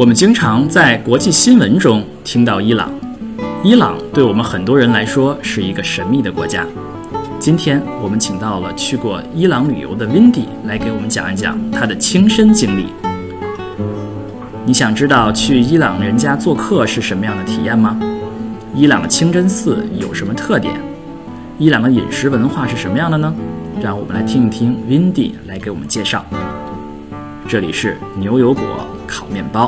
我们经常在国际新闻中听到伊朗，伊朗对我们很多人来说是一个神秘的国家。今天我们请到了去过伊朗旅游的 Windy 来给我们讲一讲她的亲身经历。你想知道去伊朗人家做客是什么样的体验吗？伊朗的清真寺有什么特点？伊朗的饮食文化是什么样的呢？让我们来听一听 Windy 来给我们介绍。这里是牛油果烤面包。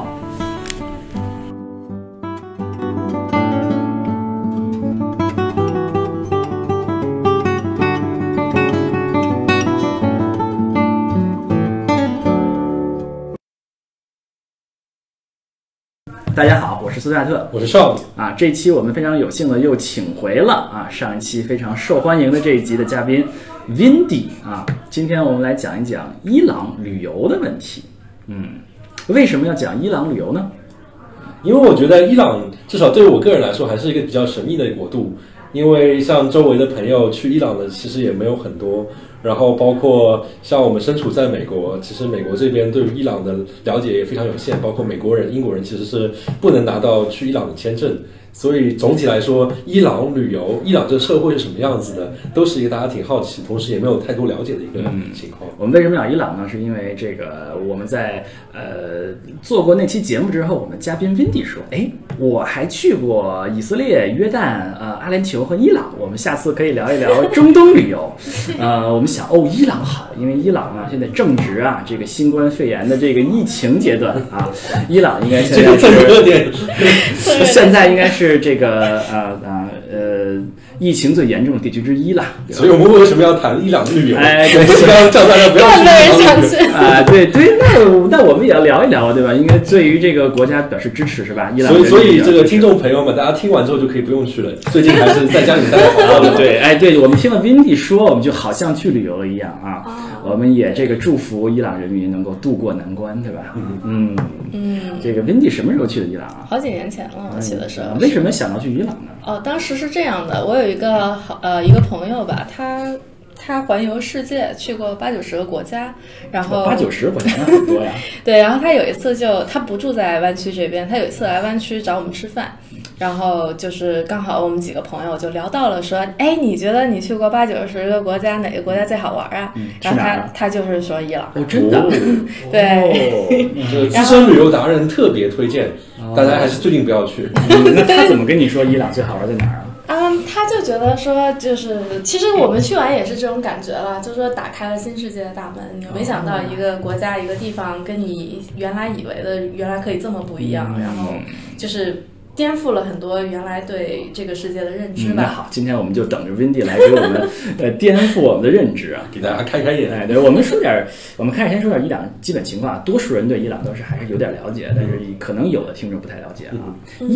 大家好，我是苏亚特， 我是邵啊。这期我们非常有幸的又请回了啊上一期非常受欢迎的这一集的嘉宾 Windy 啊。今天我们来讲一讲伊朗旅游的问题。为什么要讲伊朗旅游呢？ 因为我觉得伊朗至少对于我个人来说还是一个比较神秘的国度，因为像周围的朋友去伊朗的其实也没有很多，然后包括像我们身处在美国，其实美国这边对于伊朗的了解也非常有限，包括美国人、英国人其实是不能拿到去伊朗的签证。所以总体来说，伊朗旅游，伊朗这个社会是什么样子的，都是一个大家挺好奇，同时也没有太多了解的一个情况。 我们为什么讲伊朗呢？是因为这个我们在做过那期节目之后，我们嘉宾 Windy 说，我还去过以色列、约旦、阿联酋和伊朗，我们下次可以聊一聊中东旅游。我们想伊朗好，因为伊朗啊现在正值啊这个新冠肺炎的这个疫情阶段啊，伊朗应该现在是现在应该是这个疫情最严重的地区之一了。 所以我们为什么要谈伊朗旅游？ 对， 要叫大家不要去伊朗旅游啊！对，那我们也要聊一聊，对吧？应该对于这个国家表示支持，是吧？伊朗所以这个听众朋友们，大家听完之后就可以不用去了。最近还是在家里待着好好的。 对，我们听了 Windy 说，我们就好像去旅游了一样啊。我们也这个祝福伊朗人民能够渡过难关，对吧？这个 Windy 什么时候去的伊朗啊？ 好几年前了，我去的时候。 为什么想到去伊朗呢？ 当时是这样的，我有一个朋友吧，他环游世界，去过80-90个国家，然后 80-90个国家很多呀。 对，然后他有一次他不住在湾区这边，他有一次来湾区找我们吃饭，然后就是刚好我们几个朋友就聊到了说，你觉得你去过80-90个国家，哪个国家最好玩啊？然后他就是说伊朗。 真的？ 对， 资深旅游达人特别推荐，大家还是最近不要去。 那他怎么跟你说伊朗最好玩在哪儿啊？ 他就觉得说，就是其实我们去完也是这种感觉了，就是说打开了新世界的大门。你没想到一个国家、一个地方跟你原来以为的原来可以这么不一样，然后就是颠覆了很多原来对这个世界的认知吧。 那好，今天我们就等着 Windy 来给我们颠覆我们的认知啊， 给大家开开眼。 对，我们开始先说点伊朗基本情况。多数人对伊朗都是还是有点了解，但是可能有的听众不太了解啊。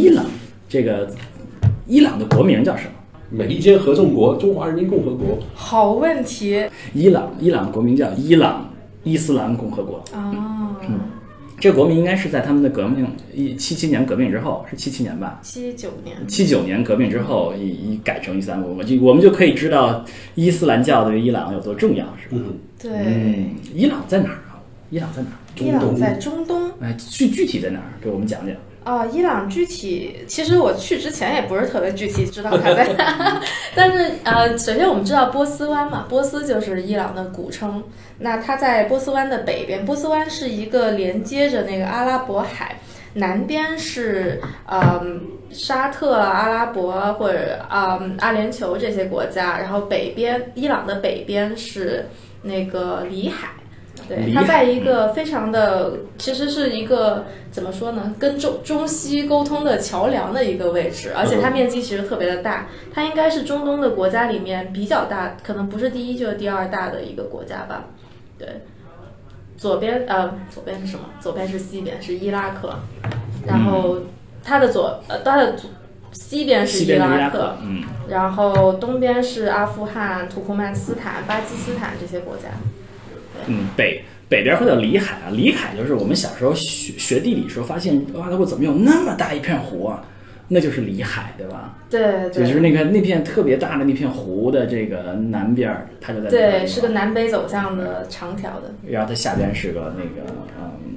伊朗的国名叫什么？ 美利坚合众国，中华人民共和国。 好问题。 伊朗国名叫伊朗伊斯兰共和国。这个国名应该是在他们的革命77年革命之后，是77年吧？79年革命之后改成伊斯兰国，我们就可以知道伊斯兰教对于伊朗有多重要，是吧？ 对。 伊朗在哪儿啊？伊朗在中东。 具体在哪儿？给我们讲讲。 伊朗具体，其实我去之前也不是特别具体知道它在哪，但是首先我们知道波斯湾嘛，波斯就是伊朗的古称。那它在波斯湾的北边，波斯湾是一个连接着那个阿拉伯海，南边是沙特、阿拉伯或者阿联酋这些国家，然后伊朗的北边是那个里海。对，它在一个非常的，其实是一个怎么说呢，跟中西沟通的桥梁的一个位置，而且它面积其实特别的大，它应该是中东的国家里面比较大，可能不是第一就是第二大的一个国家吧。对，左边是什么？左边是西边是伊拉克，然后它的西边是伊拉克，然后东边是阿富汗、土库曼斯坦、巴基斯坦这些国家。 北边会叫里海啊，里海就是我们小时候学地理时候发现，哇，它怎么有那么大一片湖啊？那就是里海，对吧？ 对， 就是那片特别大的那片湖的这个南边，它就在对，是个南北走向的长条的。 然后它下边是个那个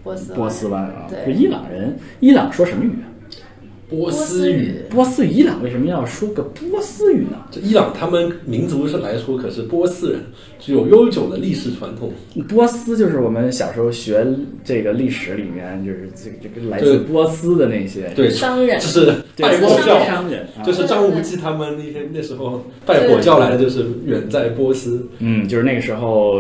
波斯湾啊， 对， 伊朗人，伊朗说什么语啊？ 波斯语， 伊朗为什么要说个波斯语呢？ 这伊朗他们民族是来说可是波斯人，具有悠久的历史传统。 波斯就是我们小时候学这个历史里面，就是这个来自波斯的那些对商人， 就是拜火教商人， 就是张无忌他们那时候拜火教来的，就是远在波斯。 就是那个时候。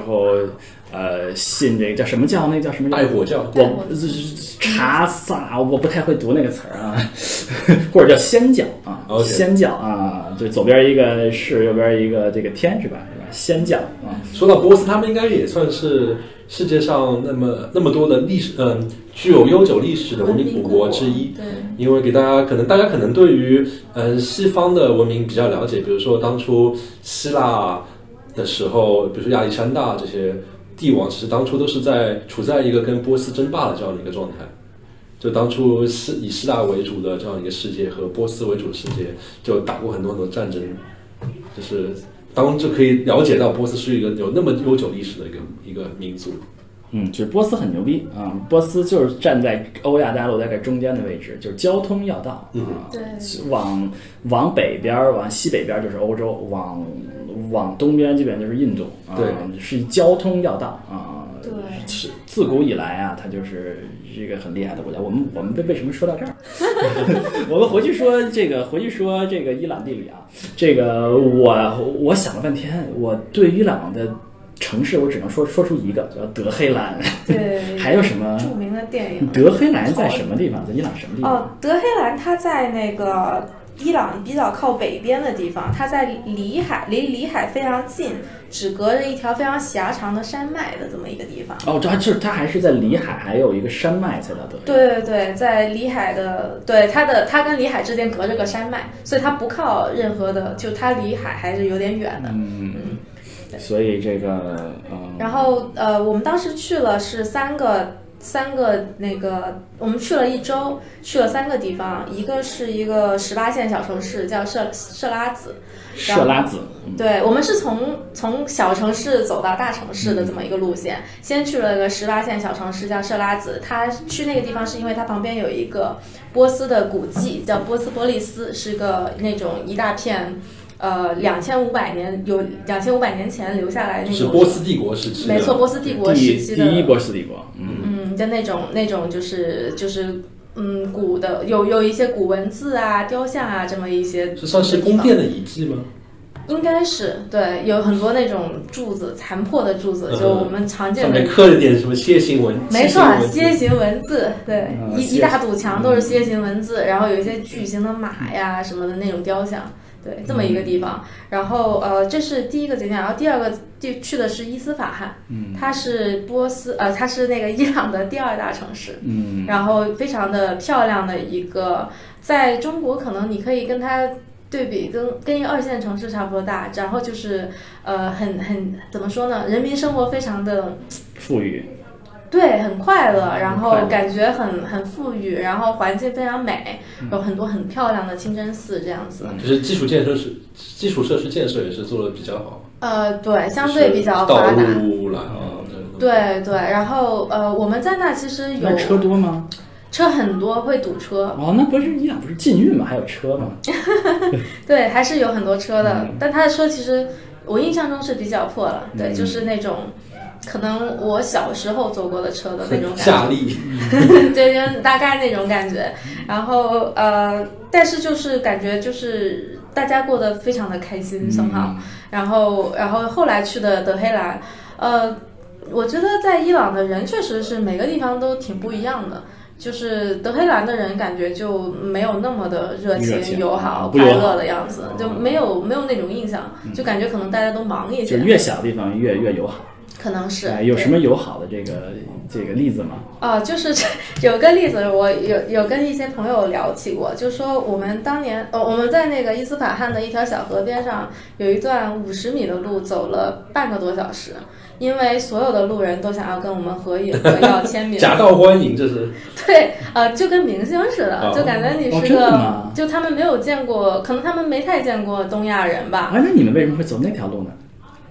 信这个叫什么教？那个叫什么教？ 拜火教。 查萨，我不太会读那个词儿啊，或者叫仙教啊，仙教啊，就左边一个是，右边一个这个天是吧？仙教啊。 说到波斯，他们应该也算是世界上那么多的历史，具有悠久历史的文明古国之一。 对， 因为大家可能对于西方的文明比较了解，比如说当初希腊的时候，比如说亚历山大这些帝王，其实当初都是处在一个跟波斯争霸的这样的一个状态。就当初以希腊为主的这样一个世界和波斯为主的世界，就打过很多战争，就是就可以了解到波斯是一个有那么悠久历史的一个民族。 就是波斯很牛逼啊！波斯就是站在欧亚大陆大概中间的位置，就是交通要道啊。 对， 往北边，往西北边就是欧洲，往东边基本就是印度啊。 对， 是交通要道啊。 对， 是自古以来啊，它就是一个很厉害的国家。我们为什么说到这儿？我们回去说这个伊朗地理啊。这个我想了半天，我对伊朗的城市我只能说出一个，叫德黑兰。 对， 还有什么著名的电影？ 德黑兰在什么地方？在伊朗什么地方？ 德黑兰它在那个伊朗比较靠北边的地方，它在离里海非常近，只隔着一条非常狭长的山脉的这么一个地方。 它还是在里海还有一个山脉才叫德黑兰。 对对对，在里海的，对它跟里海之间隔着个山脉，所以它不靠任何的，就它离海还是有点远的。 所以这个然后我们当时去了是三个那个，我们去了1周，去了3个地方，一个是一个18线小城市叫设拉子。对，我们是从小城市走到大城市的这么一个路线，先去了个18线小城市叫设拉子。他去那个地方是因为它旁边有一个波斯的古迹叫波斯波利斯，是个那种一大片。2500年前留下来那种， 是波斯帝国时期的， 没错，波斯帝国时期的第一波斯帝国， 就那种就是古的有一些古文字啊、雕像啊这么一些， 这算是宫殿的遗迹吗？ 应该是，对，有很多那种柱子，残破的柱子，就我们常见的， 上面刻了点什么楔形文， 没错，楔形文字，对，一大堵墙都是楔形文字，然后有一些巨型的马呀什么的那种雕像。对，这么一个地方，然后这是第一个景点，然后第二个去的是伊斯法罕，它是它是那个伊朗的第2大城市，然后非常的漂亮的一个，在中国可能你可以跟它对比，跟一个2线城市差不多大，然后就是很怎么说呢，人民生活非常的富裕。 对，很快乐，然后感觉很富裕，然后环境非常美，有很多很漂亮的清真寺这样子。 就是基础设施建设也是做的比较好。 对，相对比较发达。 道路啦， 对，然后我们在那其实有。 那车多吗？ 车很多，会堵车。 那不是伊朗不是禁运吗？还有车吗？ 对，还是有很多车的，但他的车其实我印象中是比较破了，对，就是那种。可能我小时候坐过的车的那种感觉， 夏利， 对，就大概那种感觉。然后但是就是感觉就是大家过得非常的开心，很好。然后后来去的德黑兰，我觉得在伊朗的人确实是每个地方都挺不一样的。就是德黑兰的人感觉就没有那么的热情、友好、快乐的样子，就没有那种印象，就感觉可能大家都忙一些。 就越小的地方越友好。 可能是有什么友好的这个例子吗？ 就是有个例子，我有跟一些朋友聊起过，就是说我们当年我们在那个伊斯法罕的一条小河边上有一段50米的路，走了半个多小时，因为所有的路人都想要跟我们合影和要签名， 夹道欢迎，这是对，就跟明星似的，就感觉你是个，就他们没有见过，可能他们没太见过东亚人吧。 那你们为什么会走那条路呢？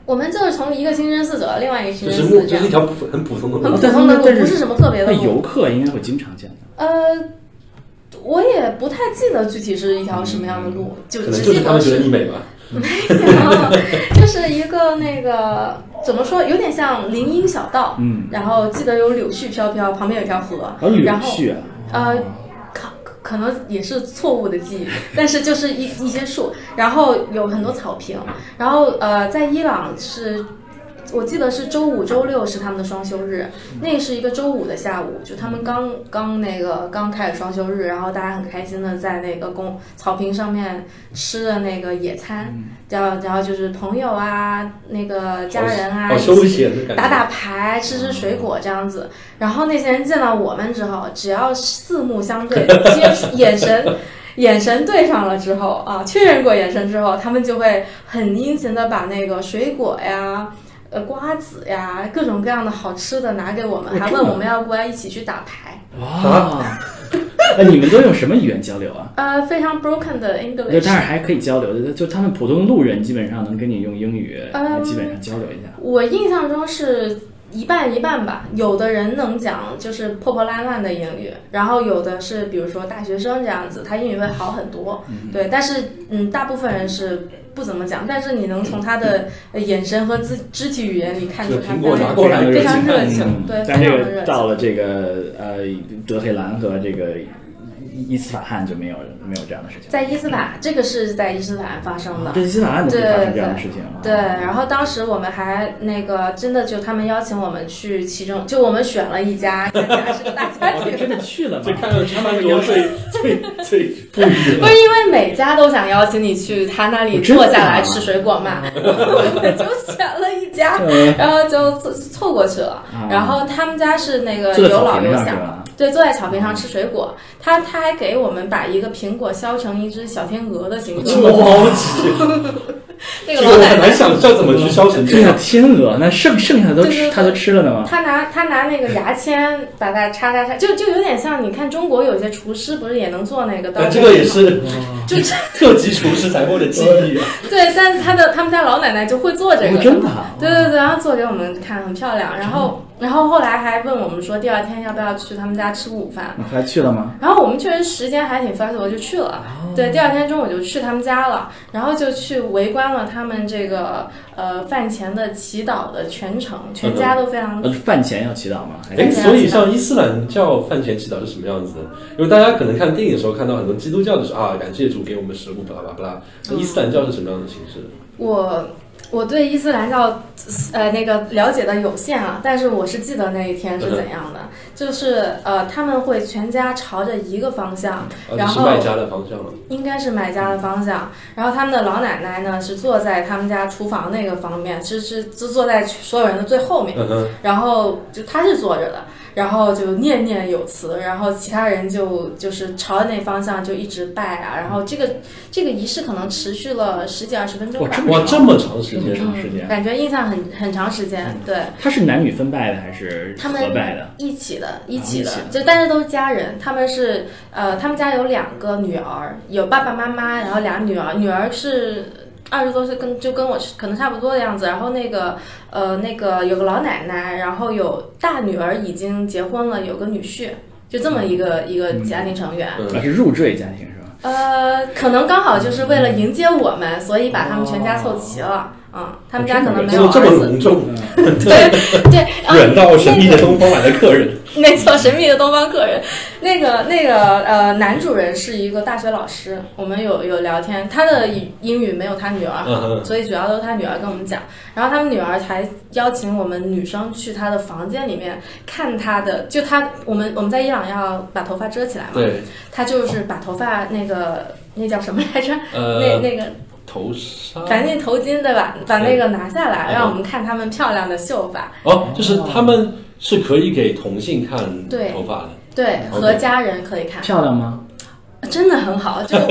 我们就是从一个清真寺走到另外一个清真寺， 就是一条很普通的路， 很普通的路，不是什么特别的路。 那游客应该会经常见的。 我也不太记得具体是一条什么样的路，就可能就是他们觉得你美吧。 没有，就是一个那个怎么说，有点像林荫小道。然后记得有柳絮飘飘，旁边有条河。 柳絮啊。 可能也是错误的记忆，但是就是一些树，然后有很多草坪，然后在伊朗是。我记得是周五、周六是他们的双休日，那是一个周五的下午，就他们刚开始双休日，然后大家很开心的在那个草坪上面吃的那个野餐，然后就是朋友啊、那个家人啊， 休闲的感觉， 打牌、吃水果这样子。然后那些人见到我们之后，只要四目相对，接触眼神对上了之后啊，确认过眼神之后，他们就会很殷勤的把那个水果呀。瓜子呀，各种各样的好吃的拿给我们，还问我们要过来一起去打牌。 哇！你们都用什么语言交流啊？ 非常 broken 的 English。 但是还可以交流的，就他们普通路人基本上能跟你用英语，基本上交流一下。 我印象中是一半一半吧，有的人能讲就是破破烂烂的英语，然后有的是比如说大学生这样子，他英语会好很多。对，但是大部分人是不怎么讲，但是你能从他的眼神和肢体语言里看出他非常热情，对，非常的热情。 到了这个德黑兰和这个伊斯法罕就没有这样的事情。 在伊斯法，这个是在伊斯法罕发生的。 这伊斯法罕都会发生这样的事情。 对，然后当时我们还那个真的就他们邀请我们去其中，就我们选了一家，看起来是个大家庭。 真的去了吗？ 这看上去他们最不一样。 不是因为每家都想邀请你去他那里坐下来吃水果嘛，我们就选了一家，然后就凑过去了。然后他们家是那个有老有小。对，坐在草坪上吃水果，他还给我们把一个苹果削成一只小天鹅的形状。 高级！ 那个老奶奶很难想象怎么去削成这样。 天鹅，那剩下的他都吃了呢吗？ 他拿那个牙签把它叉，就有点像你看中国有些厨师不是也能做那个刀？ 这个也是，就特级厨师才会的技艺啊。 对，但是他们家老奶奶就会做这个。 真的？ 对，然后做给我们看，很漂亮。然后后来还问我们说，第二天要不要去他们家吃午饭？ 还去了吗？ 然后我们确实时间还挺 flexible， 就去了。对，第二天中午就去他们家了，然后就去围观了他们这个饭前的祈祷的全程，全家都非常。 饭前要祈祷吗？ 所以像伊斯兰教饭前祈祷是什么样子的？因为大家可能看电影的时候看到很多基督教的是感谢主给我们食物，巴拉巴拉。那伊斯兰教是什么样的形式？ 我对伊斯兰教那个了解的有限啊，但是我是记得那一天是怎样的，就是他们会全家朝着一个方向，然后是麦加的方向了， 应该是麦加的方向，然后他们的老奶奶呢是坐在他们家厨房那个方面，是坐在所有人的最后面，然后就他是坐着的。然后就念念有词，然后其他人就是朝着那方向就一直拜啊，然后这个仪式可能持续了10几20分钟吧。 哇，这么长时间， 感觉印象很长时间。对， 他是男女分拜的还是合拜的？ 一起的，就但是都是家人。他们是他们家有2个女儿，有爸爸妈妈，然后2女儿，女儿是20多岁，跟我可能差不多的样子。然后那个有个老奶奶，然后有大女儿已经结婚了，有个女婿，就这么一个家庭成员。 是入赘家庭是吧？ 可能刚好就是为了迎接我们，所以把他们全家凑齐了。他们家可能没有儿子。 这么隆重。 对， 远到神秘的东方来的客人。 没错，神秘的东方客人。那个男主人是一个大学老师，我们有聊天，他的英语没有他女儿好，所以主要都是他女儿跟我们讲。然后他们女儿还邀请我们女生去他的房间里面看他的，就我们在伊朗要把头发遮起来嘛， 对， 他就是把头发那叫什么来着？那个。 头纱， 反正头巾对吧？把那个拿下来，让我们看他们漂亮的秀发。 就是他们是可以给同性看头发的， 对，和家人可以看。 漂亮吗？ 真的很好，就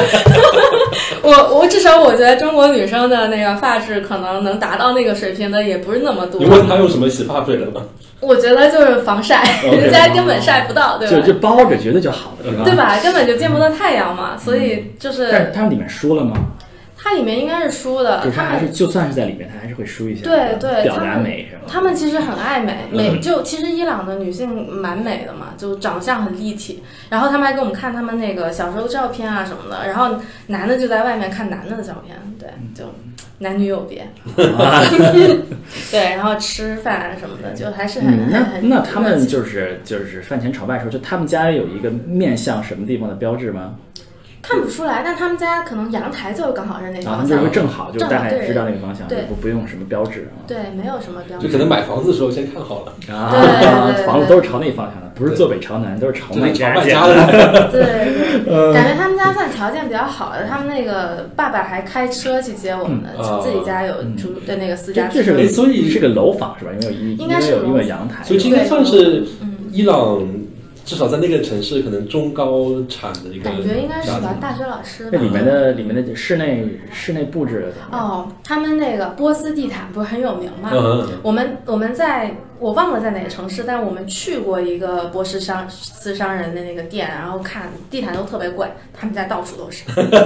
我至少我觉得中国女生的那个发质可能能达到那个水平的也不是那么多。 你问她用什么洗发水了吗？ 我觉得就是防晒，人家根本晒不到，对吧？ 就包着觉得就好了， 对吧？根本就见不到太阳嘛，所以就是。 但是它里面说了吗？ 它里面应该是输的， 就是它还是就算是在里面，它还是会输一下， 对对， 表达美是吧？ 他们其实很爱美，就其实伊朗的女性蛮美的嘛，就长相很立体。然后他们还给我们看他们那个小时候照片啊什么的，然后男的就在外面看男的的照片，对，就男女有别。对，然后吃饭什么的，就还是很那他们就是饭前朝拜的时候，就他们家有一个面向什么地方的标志吗？ 看不出来，但他们家可能阳台就刚好是那个方向， 他们就正好就大概知道那个方向， 对， 不用什么标志啊。 对，没有什么标志， 就可能买房子的时候先看好了啊， 对， 房子都是朝那方向的，不是坐北朝南，都是朝那家的。对，感觉他们家算条件比较好的，他们那个爸爸还开车去接我们的，自己家有住的那个私家车， 所以是个楼房是吧？ 应该是因为阳台， 所以今天算是伊朗。至少在那个城市，可能中高产的一个感觉应该是吧，大学老师。 那里面的室内布置哦，他们那个波斯地毯不是很有名吗？我们我忘了在哪个城市，但我们去过一个波斯商人的那个店，然后看地毯都特别贵，他们家到处都是。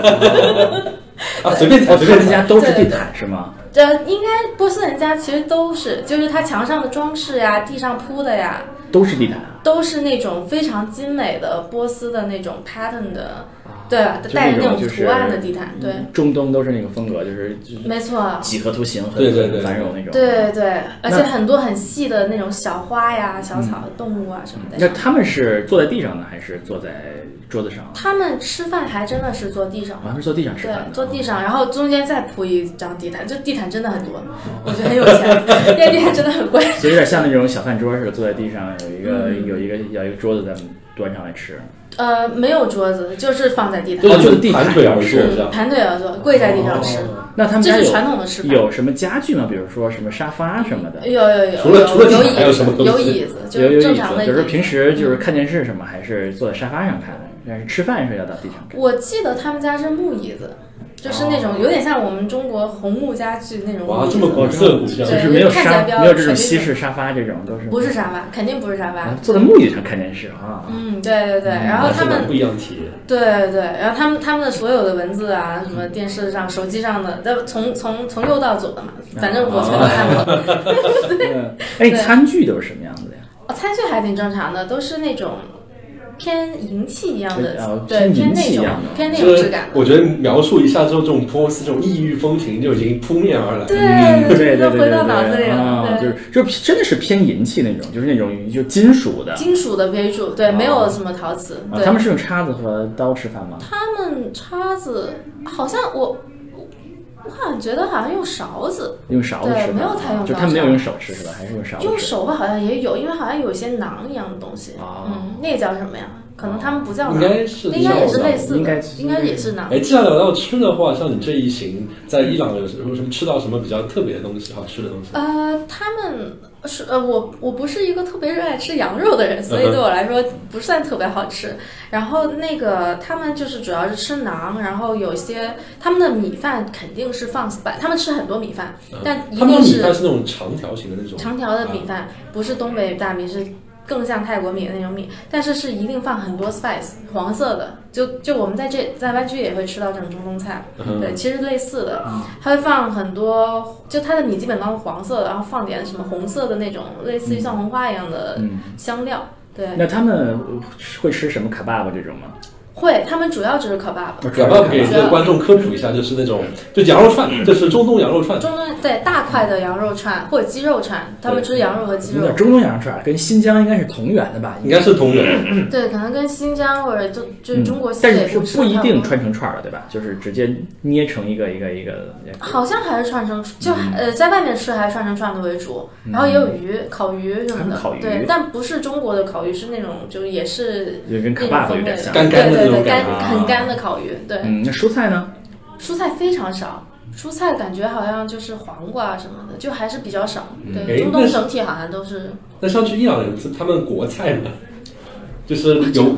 随便踩， 他们家都是地毯是吗？ 应该波斯人家其实都是，就是他墙上的装饰呀，地上铺的呀， 都是地毯， 都是那种非常精美的波斯的那种 pattern 的，对吧？带着那种图案的地毯，对。 中东都是那个风格，就是没错， 几何图形很繁荣那种。 对对，而且很多很细的那种小花呀、小草、动物啊什么的。 那他们是坐在地上呢，还是坐在桌子上？ 他们吃饭还真的是坐地上， 是坐地上吃饭， 对，坐地上，然后中间再铺一张地毯，就地毯真的很多，我觉得很有钱，因为地毯真的很贵。 所以有点像那种小饭桌似的，坐在地上，有一个桌子在端上来吃。 没有桌子，就是放在地毯上， 就是盘腿而坐， 盘腿而坐，跪在地上吃。 那他们这是传统的吃法。 有什么家具吗？比如说什么沙发什么的？ 有。 除了地毯还有什么东西？ 有椅子，就是正常的椅子。 就是平时就是看电视什么，还是坐在沙发上看？但是吃饭是要到地上吃。 我记得他们家是木椅子。就是那种有点像我们中国红木家具那种。 哇，这么古色古香， 就是没有这种西式沙发这种，都是不是沙发，肯定不是沙发。 坐在木椅上看电视啊。 对，然后他们不一样体验。 对，然后他们的所有的文字啊，什么电视上、手机上的，从右到左的嘛，反正我全都看过。 对，餐具都是什么样子的呀？ 餐具还挺正常的，都是那种。偏银器一样的， 对， 偏那种质感。 我觉得描述一下之后，这种波斯这种异域风情就已经扑面而来。 对，就回到脑子里了。 就是真的是偏银器那种，就是那种就金属的为主，对，没有什么陶瓷。 他们是用叉子和刀吃饭吗？ 他们叉子好像我好像觉得好像用勺子， 对， 没有太用刀， 就他们没有用手吃是吧？还是用勺子？ 用手吧，好像也有，因为好像有一些馕一样的东西。那个叫什么呀？可能他们不叫馕， 应该也是类似的，应该也是馕。 既然聊到吃的话，像你这一行在伊朗有什么吃到什么比较特别的东西，好吃的东西？ 他们是我不是一个特别热爱吃羊肉的人，所以对我来说不算特别好吃。然后那个他们就是主要是吃馕，然后有些他们的米饭肯定是放白，他们吃很多米饭，但一定是他们米饭是那种长条形的那种长条的米饭，不是东北大米，是更像泰国米的那种米，但是是一定放很多 spice， 黄色的，就我们在湾区也会吃到这种中东菜，对，其实类似的，它会放很多，就它的米基本都是黄色的，然后放点什么红色的那种，类似于像红花一样的香料，对。 那他们会吃什么卡巴巴这种吗？ 会，他们主要就是可巴巴。 可巴巴给这个观众科普一下，就是那种就羊肉串，就是中东羊肉串。 中东对大块的羊肉串或者鸡肉串，他们吃羊肉和鸡肉。 中东羊肉串跟新疆应该是同源的吧？ 应该是同源。 对，可能跟新疆或者就中国西北部不一定串成串了，对吧？就是直接捏成一个。 好像还是串成，就在外面吃还是串成串的为主，然后也有鱼、烤鱼什么的。 烤鱼对，但不是中国的烤鱼，是那种就也是跟卡巴巴有点像， 干的那种干很干的烤鱼。对， 那蔬菜呢？ 蔬菜非常少。蔬菜感觉好像就是黄瓜什么的，就还是比较少。对，中东整体好像都是。 那像去伊朗人，他们国菜呢，就是有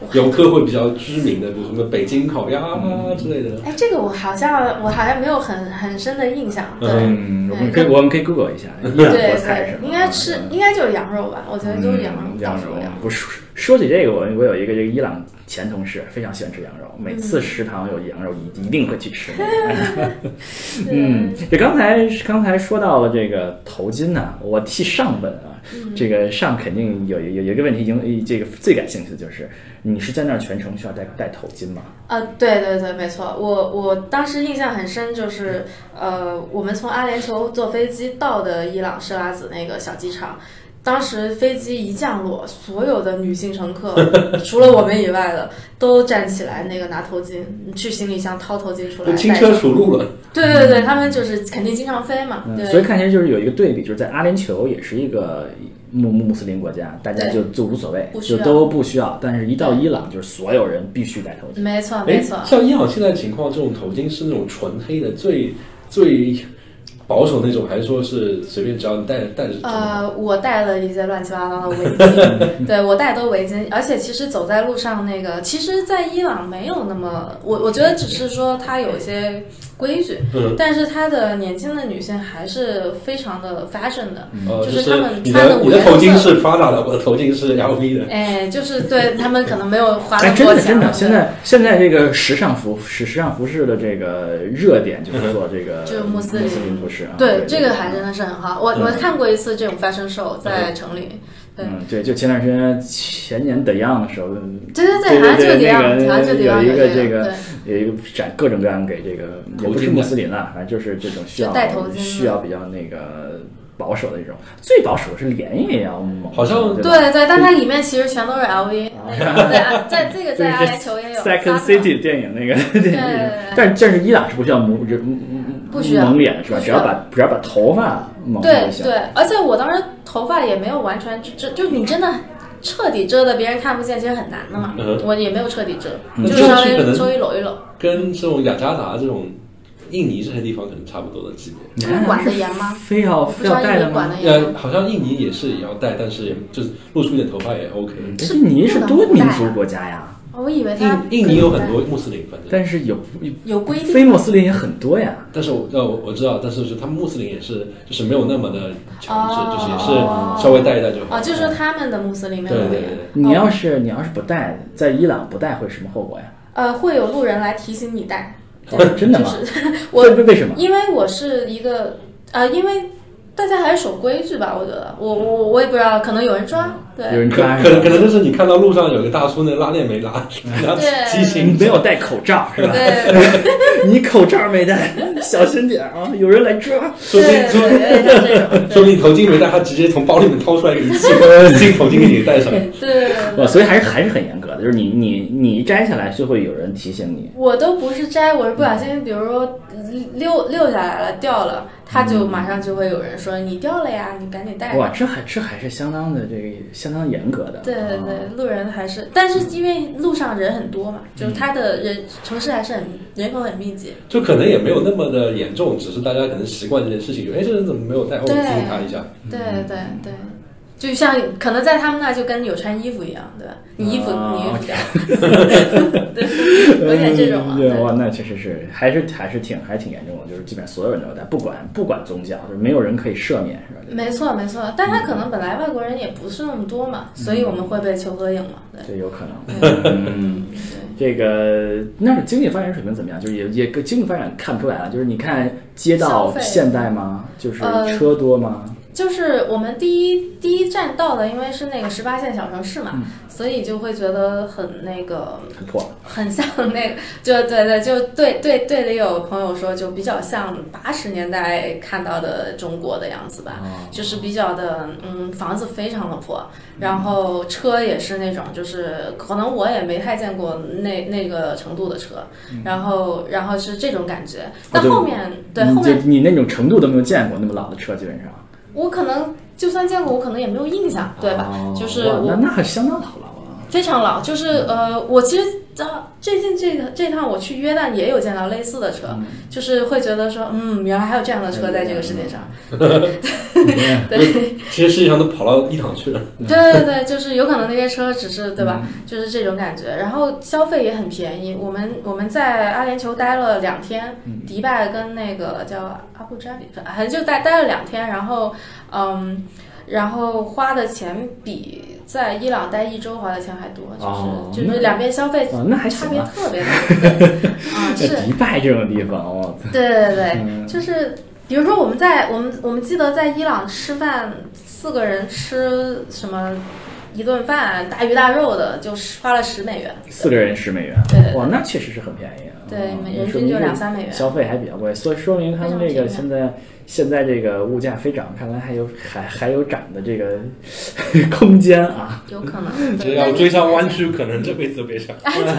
游客会比较知名的，比如什么北京烤鸭之类的。 哎，这个我好像没有很深的印象。对， 我们可以 Google 一下， 对菜是对，应该就是羊肉吧？我觉得就是羊肉。 不是说起这个，我有一个这个伊朗前同事非常喜欢吃羊肉，每次食堂有羊肉一定会去吃。这刚才说到了这个头巾呢，我替上问啊，这个上肯定有一个问题，这个最感兴趣的就是你是在那儿全程需要戴头巾吗？ 对对对，没错。我当时印象很深，就是我们从阿联酋坐飞机到的伊朗设拉子那个小机场。当时飞机一降落，所有的女性乘客除了我们以外的都站起来，那个拿头巾去行李箱掏头巾出来， 轻车熟路了。 对对对，他们就是肯定经常飞嘛。对， 所以看起来就是有一个对比，就是在阿联酋也是一个穆斯林国家，大家就无所谓，就都不需要。但是一到伊朗，就是所有人必须戴头巾。 没错没错。 像伊朗现在情况，这种头巾是那种纯黑的，最保守那种，还是说是随便只要你戴着？ 我戴了一些乱七八糟的围巾，对我戴都围巾，而且其实走在路上其实，在伊朗没有那么，我觉得只是说它有一些规矩，但是它的年轻的女性还是非常的 fashion 的，就是她们穿的你的头巾是 Prada 的，我的头巾是 LV 的， 哎，就是对他们可能没有花那么多钱。 真的，现在这个时尚服饰的这个热点就是做这个， 就是穆斯林服饰。 对，这个还真的是很好。我看过一次这种 fashion show 在城里。 对，就前段时间前年的样的时候， 对，好像就这样， 有一个这个有一个展各种各样给这个也不是穆斯林了，反正就是这种需要比较那个保守的这种，最保守的是连也要猛， 好像对，但它里面其实全都是 LV。对，在这个在阿联酋也有 Second City 电影那个电影，但是伊朗是不需要不需要蒙脸是吧？只要把头发蒙就行。 对，而且我当时头发也没有完全就你真的彻底遮的别人看不见，其实很难的嘛。我也没有彻底遮，就稍微搂一搂。 跟这种雅加达这种印尼这些地方可能差不多的级别。 他们管得严吗？ 非要戴的吗？ 好像印尼也是也要戴，但是就是露出一点头发也 OK。 印尼是多民族国家呀。 我以为印尼有很多穆斯林，反正但是有规定， 非穆斯林也很多呀。 但是我知道，但是他们穆斯林也是，就是没有那么的强制，就是也是稍微戴一戴就好。 就是他们的穆斯林没有那么严。 你要是不戴，在伊朗不戴会什么后果呀？ 会有路人来提醒你戴。 真的吗？为什么？ 因为我是一个因为大家还是守规矩吧，我觉得我也不知道，可能有人抓，对， 有人抓， 可能就是你看到路上有个大叔那拉链没拉， 对， 提醒没有戴口罩是吧？ 对， 你口罩没戴，小心点啊，有人来抓。 说不定头巾没戴，他直接从包里面掏出来一个仪器，进头巾给你戴上。 对， 所以还是很严格的，就是你摘下来就会有人提醒你。 我都不是摘，我是不小心，比如说溜下来了掉了。他就马上就会有人说你掉了呀，你赶紧带。 哇，这还是相当严格的。 对，路人还是，但是因为路上人很多嘛，就是他的城市还是人口很密集， 就可能也没有那么的严重，只是大家可能习惯这件事情，就这人怎么没有带，我提醒他一下。 对。就像可能在他们那就跟有穿衣服一样，对吧？你衣服掉，对，有点这种了。 哇，那确实是还是挺严重的，就是基本上所有人都带，不管宗教，就是没有人可以赦免，是吧？ 没错。但他可能本来外国人也不是那么多嘛，所以我们会被求合影嘛， 对，有可能。这个那是经济发展水平怎么样？就是也经济发展看不出来了，就是你看街道现代吗？就是车多吗？ 就是我们第一站到的，因为是那个18线小城市嘛，所以就会觉得很那个很破， 很像那个，就对里有朋友说，就比较像80年代看到的中国的样子吧，就是比较的房子非常的破，然后车也是那种，就是可能我也没太见过那个程度的车，然后是这种感觉，但后面你那种程度都没有见过那么老的车，基本上。 我可能就算见过，我可能也没有印象，对吧？就是那还相当老了啊。 非常老，就是我其实最近这趟我去约旦也有见到类似的车，就是会觉得说，原来还有这样的车在这个世界上。对， 其实世界上都跑到伊朗去了。 对，就是有可能那些车只是对吧？就是这种感觉。然后消费也很便宜，我们在阿联酋待了2天，迪拜跟那个叫阿布扎比，反正就待了2天，然后花的钱比在伊朗待1周花的钱还多，就是两边消费差别特别大。是迪拜这种地方， 对，就是比如说我们记得在伊朗吃饭，4个人吃什么一顿饭大鱼大肉的，就花了$10。 4个人$10， 对， 哇，那确实是很便宜啊。 对，人均就2-3美元， 消费还比较贵，所以说明他们这个现在这个物价飞涨，看来还有涨的这个空间啊。 有可能， 只要追上湾区，可能这辈子都别想。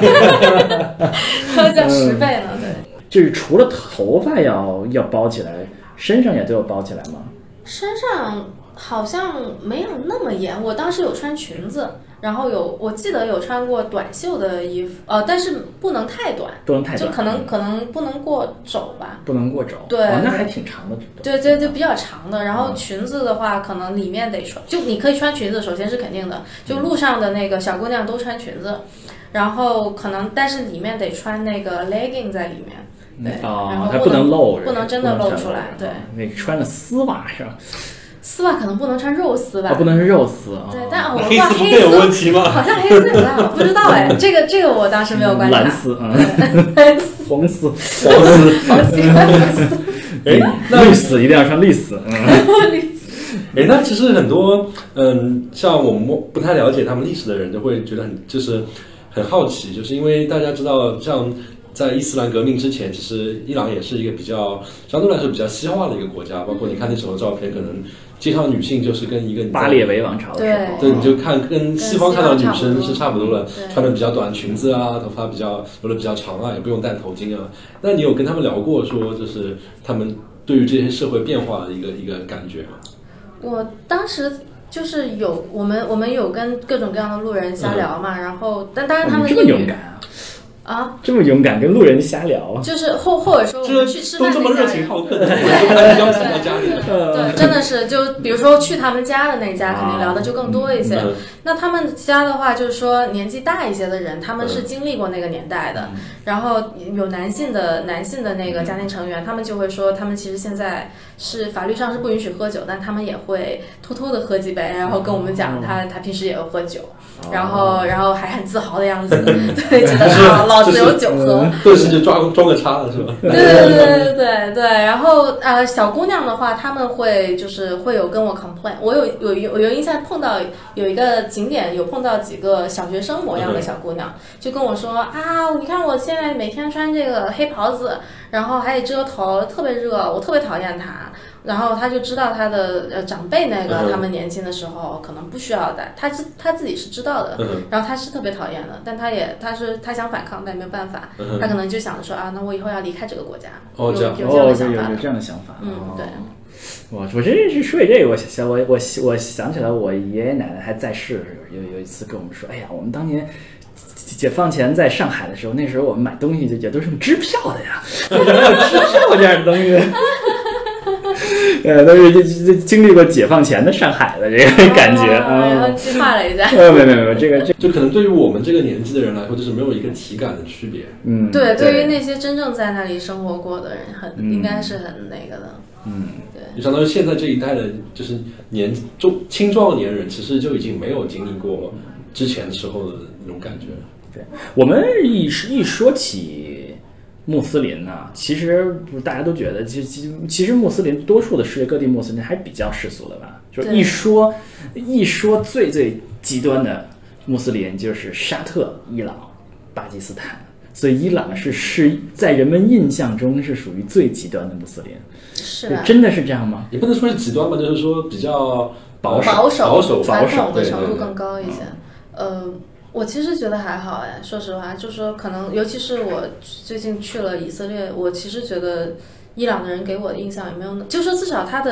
叫10倍呢，对。 就是除了头发要包起来，身上也都要包起来吗？ 身上好像没有那么严，我当时有穿裙子，然后我记得有穿过短袖的衣服，但是不能太短，就可能不能过肘吧， 不能过肘， 对， 那还挺长的， 对，比较长的。然后裙子的话，可能里面得穿，就你可以穿裙子，首先是肯定的，就路上的那个小姑娘都穿裙子，然后可能但是里面得穿那个 legging 在里面。对，然后它不能露， 不能真的露出来。对， 那穿个丝袜是吧？ 丝袜可能不能穿肉丝吧？ 不能是肉丝啊。 对，但我黑挂丝有问题吗？ 好像黑丝有吧？我不知道哎，这个我当时没有观察。 蓝丝，红丝， 黄丝。 那绿丝一定要穿绿丝。 那其实很多像我们不太了解他们历史的人，就会觉得很好奇，就是因为大家知道像。在伊斯兰革命之前，其实伊朗也是一个相对来说比较西化的一个国家。包括你看那时候的照片，可能街上女性就是跟一个巴列维王朝的时候， 对，你就看跟西方看到女生是差不多的，穿的比较短裙子啊，头发留的比较长啊，也不用戴头巾啊。那你有跟他们聊过说，就是他们对于这些社会变化的一个感觉吗？ 我当时。就是我们有跟各种各样的路人瞎聊嘛，然后但当然他们这么勇敢啊，这么勇敢跟路人瞎聊啊， 就是或者说我们去吃饭都这么热情好客的，邀请到家里来， 对，真的是就比如说去他们家的那家，肯定聊的就更多一些。那他们家的话，就是说年纪大一些的人，他们是经历过那个年代的，然后有男性的那个家庭成员，他们就会说，他们其实现在是法律上是不允许喝酒，但他们也会偷偷的喝几杯，然后跟我们讲他平时也会喝酒，然后还很自豪的样子，对，觉得老子有酒喝， 顿时就装个叉了，是吧？ 对，然后小姑娘的话，他们会有跟我 complain， 我有印象碰到有一个景点有碰到几个小学生模样的小姑娘，就跟我说啊，你看我现在每天穿这个黑袍子，然后还得遮头，特别热，我特别讨厌它。然后他就知道他的长辈那个他们年轻的时候可能不需要戴，他自己是知道的，然后他是特别讨厌的，但他想反抗，但没有办法，他可能就想着说啊，那我以后要离开这个国家，有这样的想法， 有这样的想法， 对。 我这是说起这个，我想起来，我爷爷奶奶还在世的时候，有一次跟我们说，哎呀，我们当年解放前在上海的时候，那时候我们买东西也都是用支票的呀，为什么有支票这样的东西？都是经历过解放前的上海的这个感觉啊，激化了一下。 没有，这个就可能对于我们这个年纪的人来说，就是没有一个体感的区别。 对，对于那些真正在那里生活过的人，应该是很那个的。对， 就相当于现在这一代的，就是青壮年人，其实就已经没有经历过之前时候的那种感觉。 对，我们一说起穆斯林呢，其实大家都觉得，其实穆斯林多数的世界各地穆斯林还是比较世俗的吧？就是一说最极端的穆斯林，就是沙特、伊朗、巴基斯坦，所以伊朗是在人们印象中是属于最极端的穆斯林。 是吧？ 真的是这样吗？ 也不能说是极端吧，就是说比较保守传统的程度更高一些。我其实觉得还好哎，说实话，就是说可能，尤其是我最近去了以色列，我其实觉得伊朗的人给我的印象也没有，就是说至少他的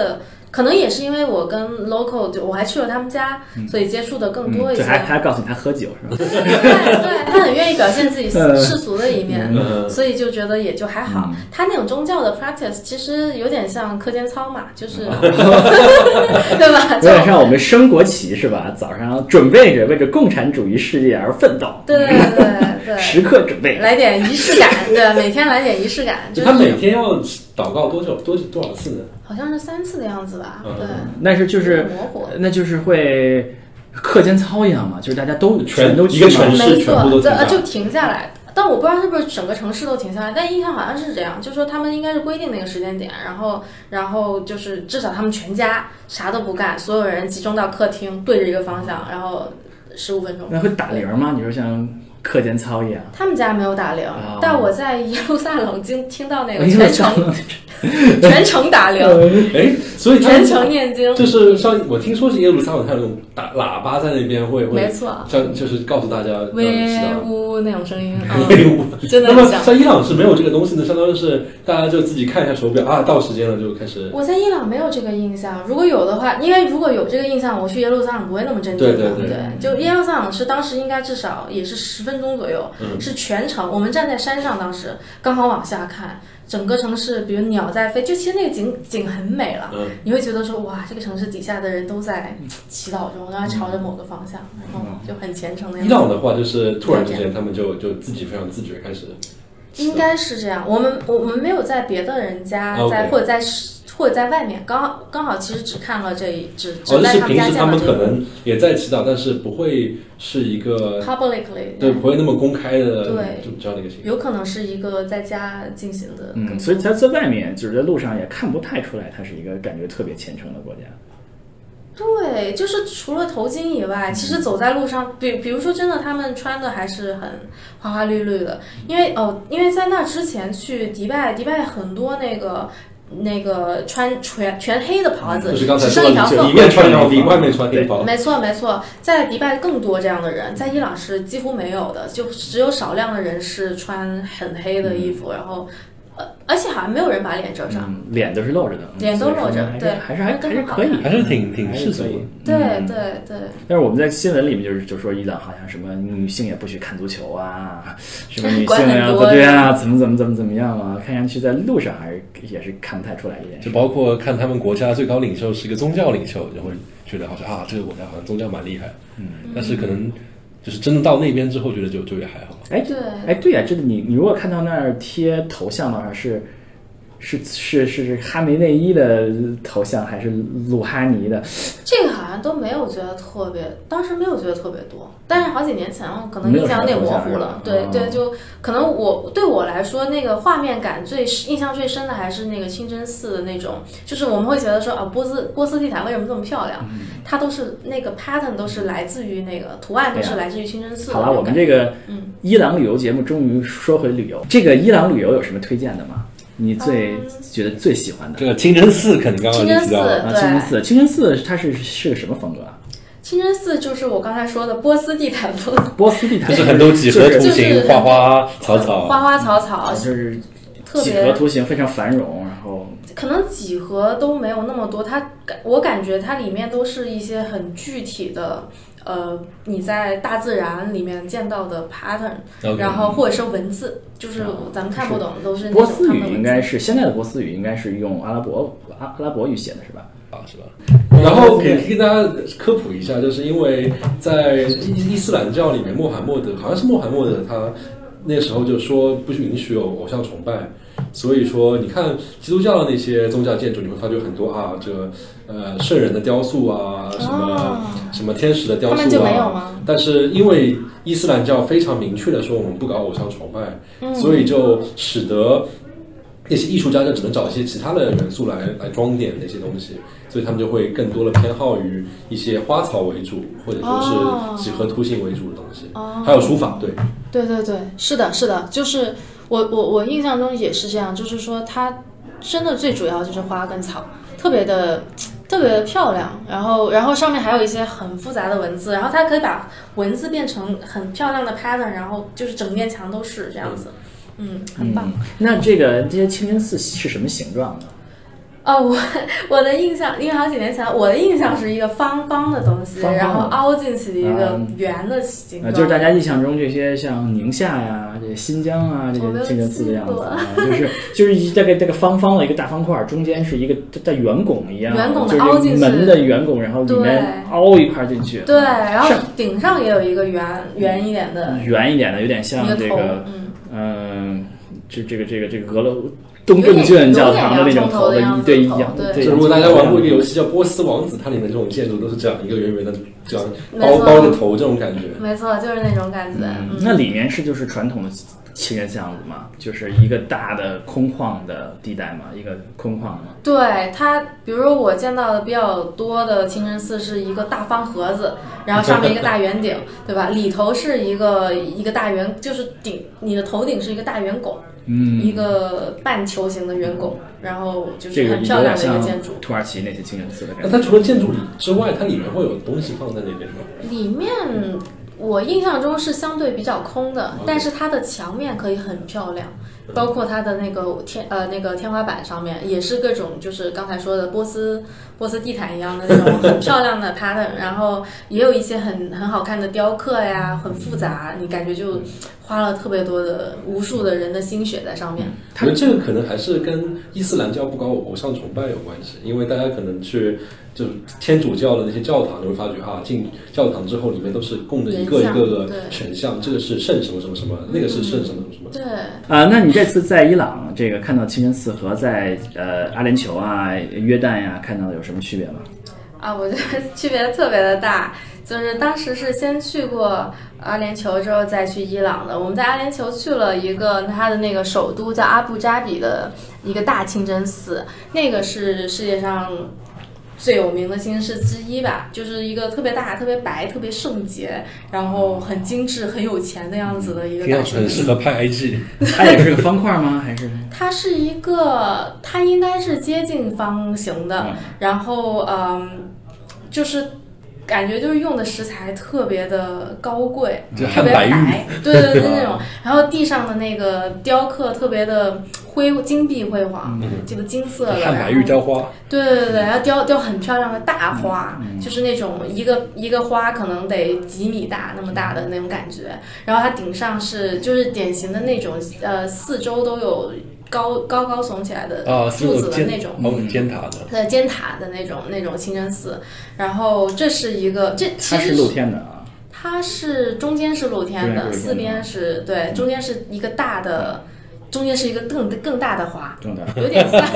可能也是因为我跟 local 就我还去了他们家，所以接触的更多一些。 还告诉你他喝酒是吧？ 对，他很愿意表现自己世俗的一面，所以就觉得也就还好。他那种宗教的 practice 其实有点像课间操嘛，就是对吧？ 有点像我们升国旗是吧？早上准备着为着共产主义事业而奋斗， 对， 时刻准备， 来点仪式感，对，每天来点仪式感。就是、 他每天要祷告多少次呢？ 好像是3次的样子吧。对， 但是就是模糊， 那就是会课间操一样嘛，就是大家都全都一个城市全部都就停下来。但我不知道是不是整个城市都停下来，但印象好像是这样，就是说他们应该是规定那个时间点，然后就是至少他们全家啥都不干，所有人集中到客厅对着一个方向，然后15分钟。 那会打铃吗？你说像课间操一样？ 他们家没有打铃，但我在耶路撒冷听到那个全程打铃， 哎，所以全程念经， 就是像我听说是耶路撒冷，它有那种打喇叭在那边会， 没错， 像就是告诉大家威武那种声音， 威武， 真的。 那么像伊朗是没有这个东西的，相当于是大家就自己看一下手表啊，到时间了就开始。 我在伊朗没有这个印象，如果有的话，因为如果有这个印象，我去耶路撒冷不会那么震惊的。对，就耶路撒冷是当时应该至少也是10分钟左右，是全程我们站在山上，当时刚好往下看。整个城市，比如鸟在飞，就其实那个景很美了。你会觉得说，哇，这个城市底下的人都在祈祷中，然后朝着某个方向，然后就很虔诚的样子。 伊朗的话，就是突然之间，他们就自己非常自觉开始。 应该是这样，我们没有在别的人家，或者在外面，刚好其实只看了只在他们家见到这个。 平时他们可能也在祈祷，但是不会是一个 publicly， 对，不会那么公开的， 对， 就这样的一个情况。 有可能是一个在家进行的。 所以他在外面就是在路上也看不太出来，他是一个感觉特别虔诚的国家。 对，就是除了头巾以外，其实走在路上，比如说真的，他们穿的还是很花花绿绿的，因为在那之前去迪拜很多那个穿全黑的袍子， 就是刚才只剩一条缝， 里面穿条底，外面穿黑袍。 没错，在迪拜更多这样的人，在伊朗是几乎没有的，就只有少量的人是穿很黑的衣服，然后。而且好像没有人把脸遮上， 脸都是露着的， 脸都露着，对， 还是可以， 还是挺世俗的， 对。 但是我们在新闻里面就说伊朗好像什么女性也不许看足球啊，什么女性呀，对啊，怎么样啊？看上去在路上也是看不太出来一点。 就包括看他们国家最高领袖是一个宗教领袖，就会觉得好像这个国家好像宗教蛮厉害，但是可能。就是真的到那边之后，觉得就也还好。 对呀，这个你如果看到那儿贴头像的话，是哈梅内伊的头像还是鲁哈尼的？ 这个好像都没有觉得特别，当时没有觉得特别多，但是好几年前可能印象有点模糊了。对，就可能对我来说，那个画面感印象最深的还是那个清真寺的那种，就是我们会觉得说波斯地毯为什么这么漂亮？它都是那个 pattern 都是来自于那个图案，都是来自于清真寺。 好了，我们这个伊朗旅游节目终于说回旅游，这个伊朗旅游有什么推荐的吗？你觉得最喜欢的？ 这个清真寺肯定刚刚你提到了。清真寺它是个什么风格啊？ 清真寺就是我刚才说的波斯地毯风。 波斯地毯就是很多几何图形，花花草草， 就是几何图形非常繁荣，然后可能几何都没有那么多，我感觉它里面都是一些很具体的。你在大自然里面见到的 pattern， 然后或者是文字，就是咱们看不懂，都是那种波斯语应该是现在的波斯语应该是用阿拉伯语写的是吧？ 是吧？然后可以跟大家科普一下，就是因为在伊斯兰教里面，好像是穆罕默德他那个时候就说不允许有偶像崇拜。所以说，你看基督教的那些宗教建筑，你会发觉很多圣人的雕塑啊，什么天使的雕塑啊， 他们就没有吗？ 但是因为伊斯兰教非常明确的说我们不搞偶像崇拜，所以就使得那些艺术家就只能找一些其他的元素来装点那些东西，所以他们就会更多的偏好于一些花草为主，或者说是几何图形为主的东西，还有书法，对， 是的，就是我印象中也是这样，就是说它真的最主要就是花跟草，特别的漂亮，然后上面还有一些很复杂的文字，然后它可以把文字变成很漂亮的 pattern， 然后就是整面墙都是这样子，很棒。 那这些清真寺是什么形状的？ 哦，我的印象，因为好几年前，我的印象是一个方方的东西，然后凹进去的一个圆的形状。 就是大家印象中这些像宁夏呀、这新疆啊这些清真寺的样子啊，就是大概这个方方的一个大方块，中间是一个带圆拱一样， 圆拱的凹进去， 门的圆拱，然后里面凹一块进去。 对，然后顶上也有一个圆一点的， 有点像这个这个俄罗东正卷教堂的那种头的对一样。 对， 如果大家玩过一个游戏叫波斯王子，它里面这种建筑都是这样一个圆圆的这样包着头这种感觉。 没错，就是那种感觉。 那里面就是传统的清真巷子嘛，就是一个大的空旷的地带嘛，一个空旷嘛。 对，它比如我见到的比较多的清真寺是一个大方盒子，然后上面一个大圆顶，对吧？里头是一个大圆，就是你的头顶是一个大圆拱。一个半球形的圆拱，然后就是很漂亮的一个建筑。 土耳其那些清真寺的感觉。 那它除了建筑之外，它里面会有东西放在那边吗？ 里面我印象中是相对比较空的，但是它的墙面可以很漂亮，包括它的那个天花板上面也是各种就是刚才说的波斯地毯一样的那种很漂亮的pattern，然后也有一些很好看的雕刻呀，很复杂，你感觉就花了特别多的无数的人的心血在上面。 我觉得这个可能还是跟伊斯兰教不搞偶像崇拜有关系，因为大家可能去就是天主教的那些教堂，你会发觉啊，进教堂之后里面都是供的一个神像，这个是圣什么什么什么，那个是圣什么什么。 对那你这次在伊朗这个看到清真寺和在阿联酋啊、约旦呀看到的有什么区别吗？ 我觉得区别特别的大，就是当时是先去过阿联酋之后再去伊朗的。我们在阿联酋去了一个它的那个首都叫阿布扎比的一个大清真寺，那个是世界上最有名的清真寺之一吧，就是一个特别大、特别白、特别圣洁，然后很精致、很有钱的样子的一个大清真寺。 很适合拍 IG。 它也是个方块吗？还是？ 它是一个，它应该是接近方形的，然后就是感觉就是用的食材特别的高贵，特别白，对那种。然后地上的那个雕刻特别的金碧辉煌，这个金色的汉白玉雕花， 对，然后雕很漂亮的大花，就是那种一个花可能得几米大那么大的那种感觉。然后它顶上是就是典型的那种四周都有高耸起来的柱子的那种， 尖塔的， 对，尖塔的那种清真寺。然后这是一个， 它是露天的啊， 它是中间是露天的，四边是对，中间是一个大的。中间是一个更大的花，有点像，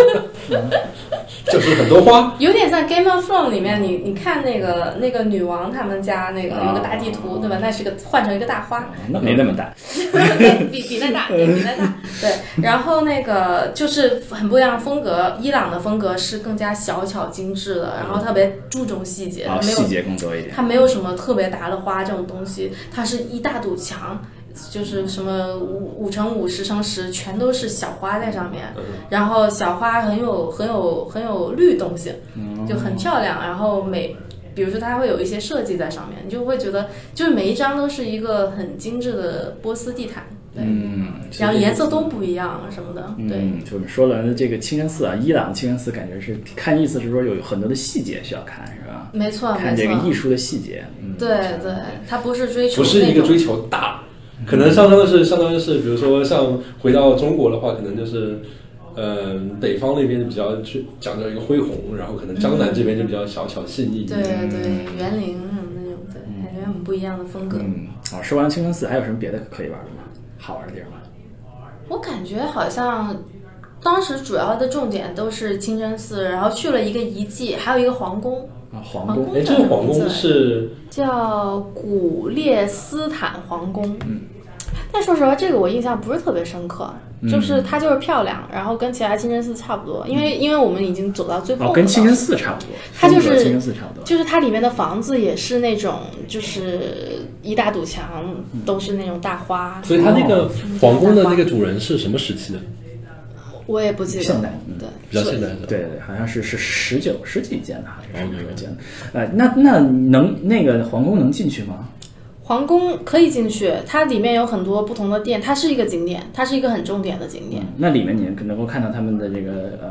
就是很多花， 有点像 Game of Thrones 里面你看那个女王他们家那个有个大地图，对吧？那是个换成一个大花， 那没那么大， 比那大，比那大，对。然后那个就是很不一样的风格，伊朗的风格是更加小巧精致的，然后特别注重细节， 细节更多一点。 它没有什么特别大的花这种东西，它是一大堵墙。就是什么5乘5、10乘10，全都是小花在上面，然后小花很有律动性，就很漂亮。然后比如说它会有一些设计在上面，你就会觉得就是每一张都是一个很精致的波斯地毯，对，然后颜色都不一样什么的，对。 就是说了这个清真寺啊，伊朗清真寺感觉是看意思是说有很多的细节需要看，是吧？ 没错， 看这个艺术的细节， 对，它不是追求， 不是一个追求大。可能相当于是，比如说像回到中国的话，可能就是，北方那边比较去讲究一个恢宏，然后可能江南这边就比较小巧细腻。 对，园林什么那种，对，感觉很不一样的风格。 好，说完清真寺，还有什么别的可以玩的吗？好玩的地方吗？ 我感觉好像当时主要的重点都是清真寺，然后去了一个遗迹，还有一个皇宫。 皇宫， 这个皇宫是叫古列斯坦皇宫。但说实话，这个我印象不是特别深刻，就是它就是漂亮，然后跟其他清真寺差不多，因为我们已经走到最后了， 跟清真寺差不多， 它就是清真寺差不多， 就是它里面的房子也是那种，就是一大堵墙都是那种大花。 所以它那个皇宫的那个主人是什么时期的？ 我也不记得， 现代， 对，比较现代的， 对，好像是19世纪建的，还是什么时候建的？那那个皇宫能进去吗？ 皇宫可以进去，它里面有很多不同的殿，它是一个景点，它是一个很重点的景点。 那里面你能够看到他们的这个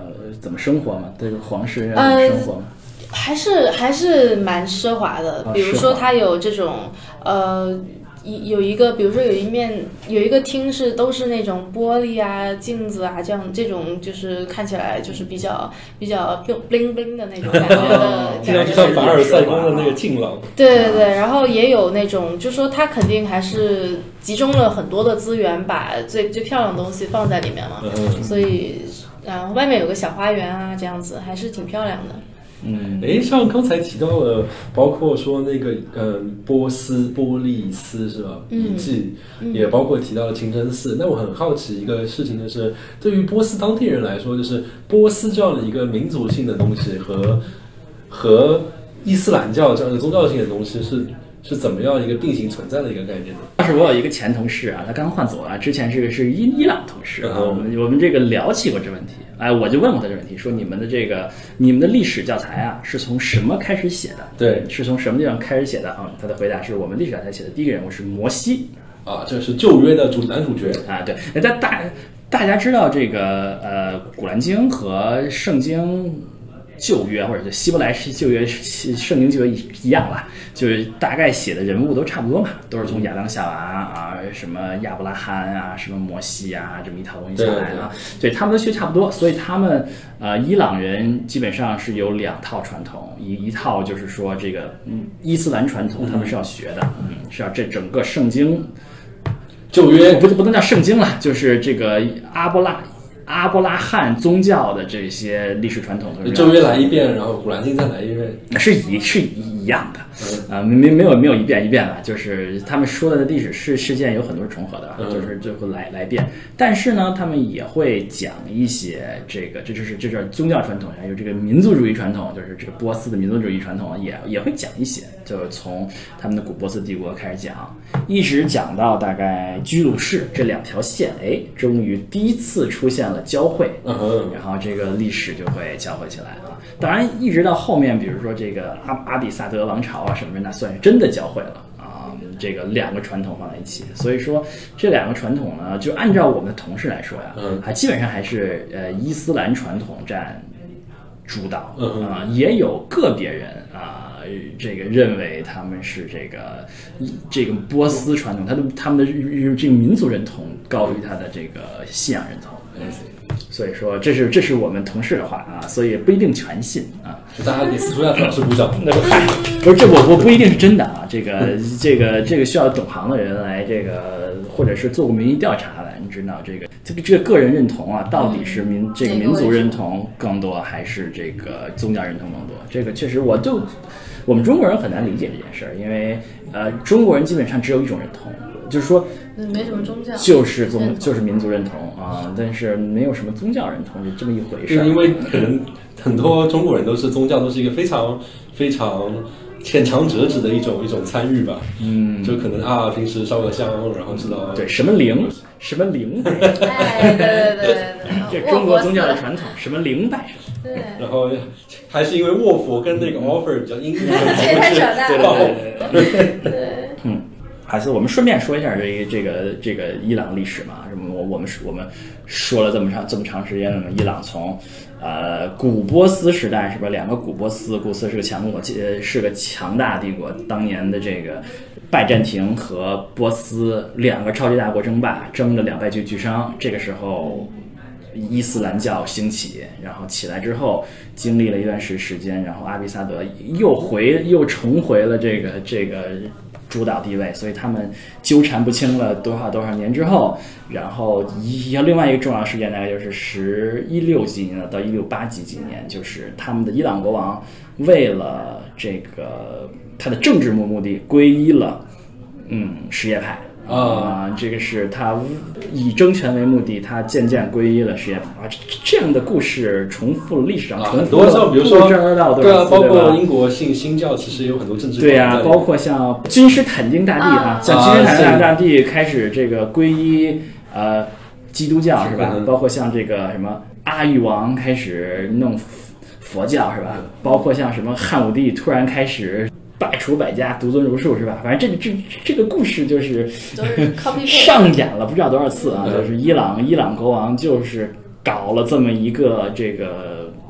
怎么生活吗？这个皇室怎么生活吗？ 还是蛮奢华的，比如说它有这种有一个，比如说有一个厅都是那种玻璃啊、镜子啊，这种就是看起来就是比较 bling bling 的那种感觉的， 听上去像凡尔赛宫的那个镜廊。 对对对，然后也有那种，就说它肯定还是集中了很多的资源，把最漂亮的东西放在里面嘛，所以然后外面有个小花园啊，这样子还是挺漂亮的。 像刚才提到了，包括说那个波利斯是吧？遗迹，也包括提到了清真寺。那我很好奇一个事情，就是对于波斯当地人来说，就是波斯这样的一个民族性的东西和伊斯兰教这样的宗教性的东西是怎么样一个并行存在的一个概念呢？ 当时我有一个前同事啊，他刚换组了，之前是伊朗同事啊，我们这个聊起过这问题，我就问过他这问题，说你们的历史教材啊是从什么开始写的？ 对， 是从什么地方开始写的啊？他的回答是我们历史教材写的第一个人物是摩西啊，这是旧约的男主角啊，对，大家知道这个古兰经和圣经。旧约或者希伯来旧约、圣经旧约一样吧，就是大概写的人物都差不多嘛，都是从亚当夏娃啊、什么亚伯拉罕啊、什么摩西啊这么一套东西下来啊，对，他们都学差不多，所以他们伊朗人基本上是有两套传统，一套就是说这个伊斯兰传统，他们是要学的，是要这整个圣经旧约不能叫圣经了，就是这个阿波拉罕宗教的这些历史传统， 旧约来一遍，然后古兰经再来一遍， 是一样的，没有一遍的，就是他们说的历史事件有很多是重合的，就是就会来一遍。但是呢，他们也会讲一些这就是宗教传统，还有这个民族主义传统，就是这个波斯的民族主义传统也会讲一些，就是从他们的古波斯帝国开始讲，一直讲到大概居鲁士这两条线，终于第一次出现了交汇，然后这个历史就会交汇起来啊。当然，一直到后面，比如说这个阿比萨德王朝啊什么的，那算是真的交汇了啊。这个两个传统放在一起，所以说这两个传统呢，就按照我们的同事来说呀，基本上还是伊斯兰传统占主导啊，也有个别人啊。这个认为他们是这个波斯传统，他们的这个民族认同高于他的这个信仰认同，所以说这是我们同事的话啊，所以不一定全信啊。 就大家给司徒亚老师鼓掌。 不是这我不一定是真的啊，这个需要懂行的人来或者是做过民意调查来，你知道这个个人认同啊，到底是这个民族认同更多，还是这个宗教认同更多？这个确实我们中国人很难理解这件事儿，因为中国人基本上只有一种认同，就是说没什么宗教， 就是民族认同啊，但是没有什么宗教认同，是这么一回事。 因为可能很多中国人都是宗教都是一个非常非常浅尝辄止的一种参与吧，就可能平时烧个香，然后知道对什么灵， 对， 这中国宗教的传统，什么灵拜什么。 对， 然后还是因为卧佛跟那个 offer 比较阴郁， 这太扯淡了。对， 还是我们顺便说一下这个伊朗历史嘛，我们说了这么长时间了嘛，伊朗从古波斯时代是吧？两个古波斯是个强国，是个强大帝国，当年的这个拜占庭和波斯两个超级大国争霸，争得两败俱伤，这个时候。伊斯兰教兴起，然后起来之后，经历了一段时间，然后阿比萨德又重回了这个主导地位，所以他们纠缠不清了多少年之后，然后另外一个重要事件大概就是16几年到1680几年，就是他们的伊朗国王为了这个他的政治目的皈依了什叶派。这个是他以争权为目的，他渐渐皈依了什叶派这样的故事重复了历史上重复了比如说对啊，包括英国信新教其实也有很多政治对啊，包括像君士坦丁大帝像君士坦丁大帝开始这个皈依基督教是吧？包括像这个什么阿育王开始弄佛教是吧？包括像什么汉武帝突然开始。罢黜百家，独尊儒术是吧？反正这个故事就是上演了不知道多少次啊！就是伊朗国王就是搞了这么一个这个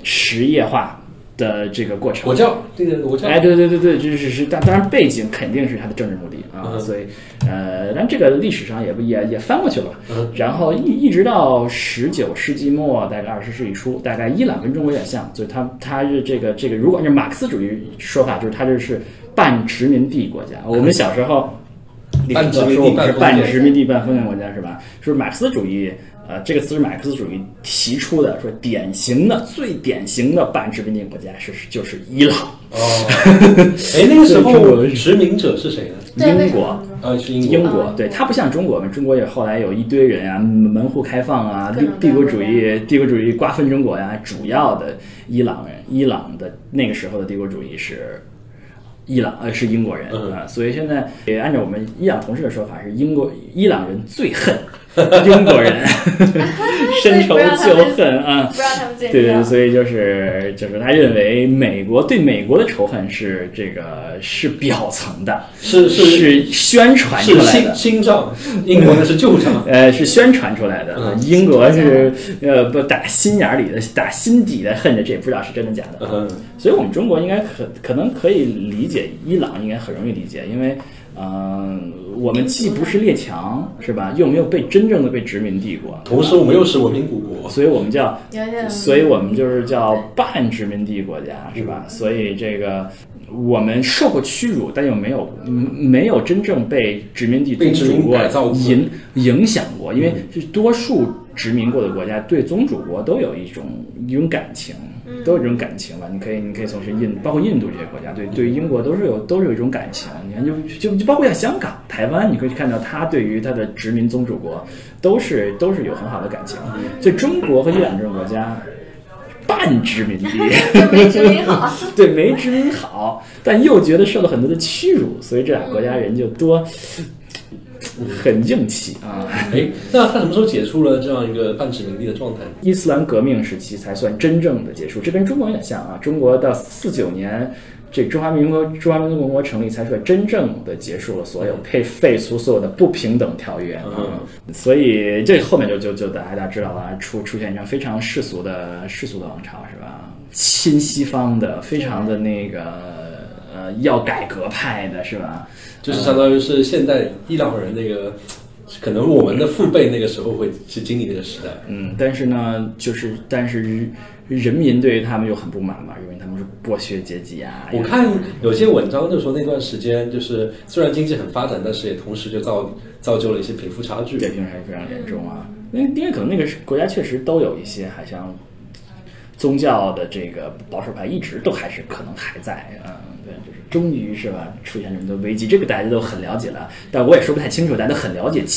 什叶化的这个过程。 国教，这个国教， 哎，对，这是当然背景肯定是它的政治目的啊，所以但这个历史上也翻过去了，然后一直到19世纪末，大概20世纪初，大概伊朗跟中国有点像，所以它是这个，如果按照马克思主义说法，就是它这是半殖民地国家。我们小时候半殖民地说我们是半殖民地半封建国家是吧？说马克思主义。这个词是马克思主义提出的，说最典型的半殖民地国家就是伊朗。 那个时候殖民者是谁呢？ 英国。 是英国，对，它不像中国，中国也后来有一堆人啊，门户开放啊，帝国主义瓜分中国呀，主要的伊朗的那个时候的帝国主义是是英国人啊，所以现在也按照我们伊朗同事的说法，是伊朗人最恨英国人，深仇旧恨啊， 不让他们进。 对，所以就是他认为对美国的仇恨是表层的，是宣传出来的， 新账，英国那是旧账， 是宣传出来的，英国是不打心眼里的，打心底的恨着，这也不知道是真的假的。所以我们中国应该可能可以理解，伊朗应该很容易理解，因为我们既不是列强是吧，又没有真正的被殖民帝国， 同时我们又是文明古国， 所以我们就是叫半殖民地国家是吧？所以我们受过屈辱，但又没有真正被殖民地宗主国影响过，因为多数殖民过的国家对宗主国都有一种感情，都有这种感情吧。你可以从包括印度这些国家，对英国都是有一种感情。你看就包括像香港、台湾，你可以看到他对于他的殖民宗主国都是有很好的感情。所以中国和伊朗这种国家。半殖民地没殖民好， 对，没殖民好，但又觉得受了很多的屈辱，所以这俩国家人就很硬气啊！ 那他什么时候解除了这样一个半殖民地的状态？ 伊斯兰革命时期才算真正的结束，这跟中国有点像啊。中国到49年，这中华民族共和国成立，才算真正的结束了所有废除所有的不平等条约啊。所以这后面就大家知道了，出现一张非常世俗的王朝是吧？亲西方的，非常的要改革派的是吧？ 就是相当于是现代伊朗人可能我们的父辈那个时候会去经历那个时代。 但是人民对于他们又很不满嘛，认为他们是剥削阶级啊。 我看有些文章就说那段时间就是虽然经济很发展，但是也同时就造就了一些贫富差距。 对，贫富差距非常严重啊。因为可能那个国家确实都有一些，好像宗教的这个保守派一直都可能还在对，就是终于是吧出现这么多危机，这个大家都很了解了，但我也说不太清楚，大家都很了解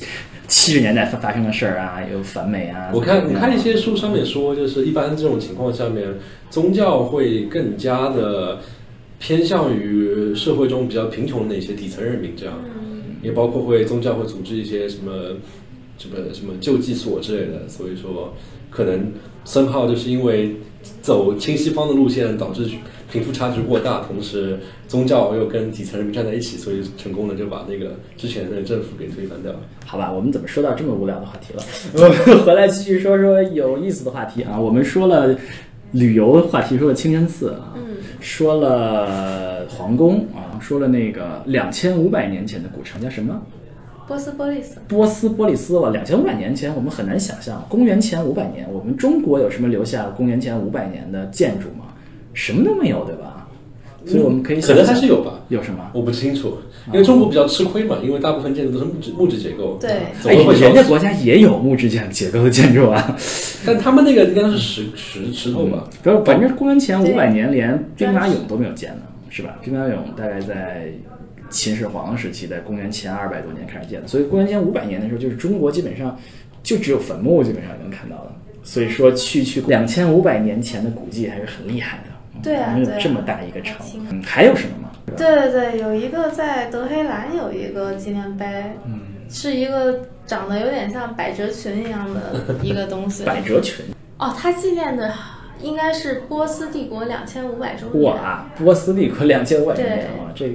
70年代发生的事儿啊，有反美啊。 我看一些书上面说，就是一般这种情况下面，宗教会更加的偏向于社会中比较贫穷的那些底层人民，这样，也包括宗教会组织一些什么救济所之类的。所以说，可能somehow就是因为走亲西方的路线，导致贫富差距过大，同时宗教又跟底层人民站在一起，所以成功的就把那个之前的政府给推翻掉了。 好吧，我们怎么说到这么无聊的话题了？我们回来继续说有意思的话题啊。我们说了旅游话题，说了清真寺啊，说了皇宫啊，说了那个2500年前的古城叫什么？ 波斯波利斯了。2500年前，我们很难想象，公元前500年，我们中国有什么留下公元前500年的建筑吗？什么都没有，对吧？所以我们可以想可能还是有吧。 有什么？ 我不清楚，因为中国比较吃亏嘛，因为大部分建筑都是木质结构。 对， 人家国家也有木质结构的建筑啊， 但他们那个应该是石头吧？ 反正公元前500年连兵马俑都没有建呢，是吧？兵马俑大概在秦始皇时期，在公元前200多年开始建的，所以公元前500年的时候，就是中国基本上就只有坟墓基本上能看到的。所以说去2500年前的古迹还是很厉害的。 对啊， 有这么大一个城，还有什么吗？ 对，有一个在德黑兰有一个纪念碑，是一个长得有点像百褶裙一样的一个东西。 百褶裙？ 它纪念的应该是波斯帝国2500周年。 哇，波斯帝国2500周年啊，这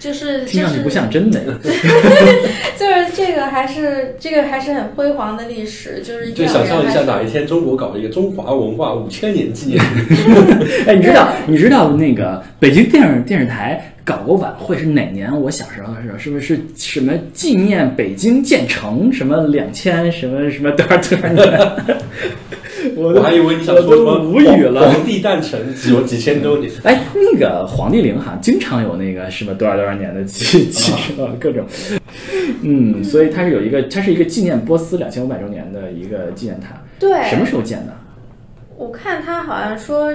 就是听上去不像真的。 就是这个还是很辉煌的历史，就是就想象一下哪一天中国搞一个中华文化5000年纪念哎，你知道那个北京电视台搞过晚会是哪年？我小时候的时候，是不是什么纪念北京建成什么2000什么多少年？ 我还以为你想说什么无语了， 皇帝诞辰有几千多年。 哎，那个皇帝陵好像经常有那个什么多少年的记各种，所以它是一个纪念波斯2500周年的一个纪念塔。 对， 什么时候建的？ 我看他好像说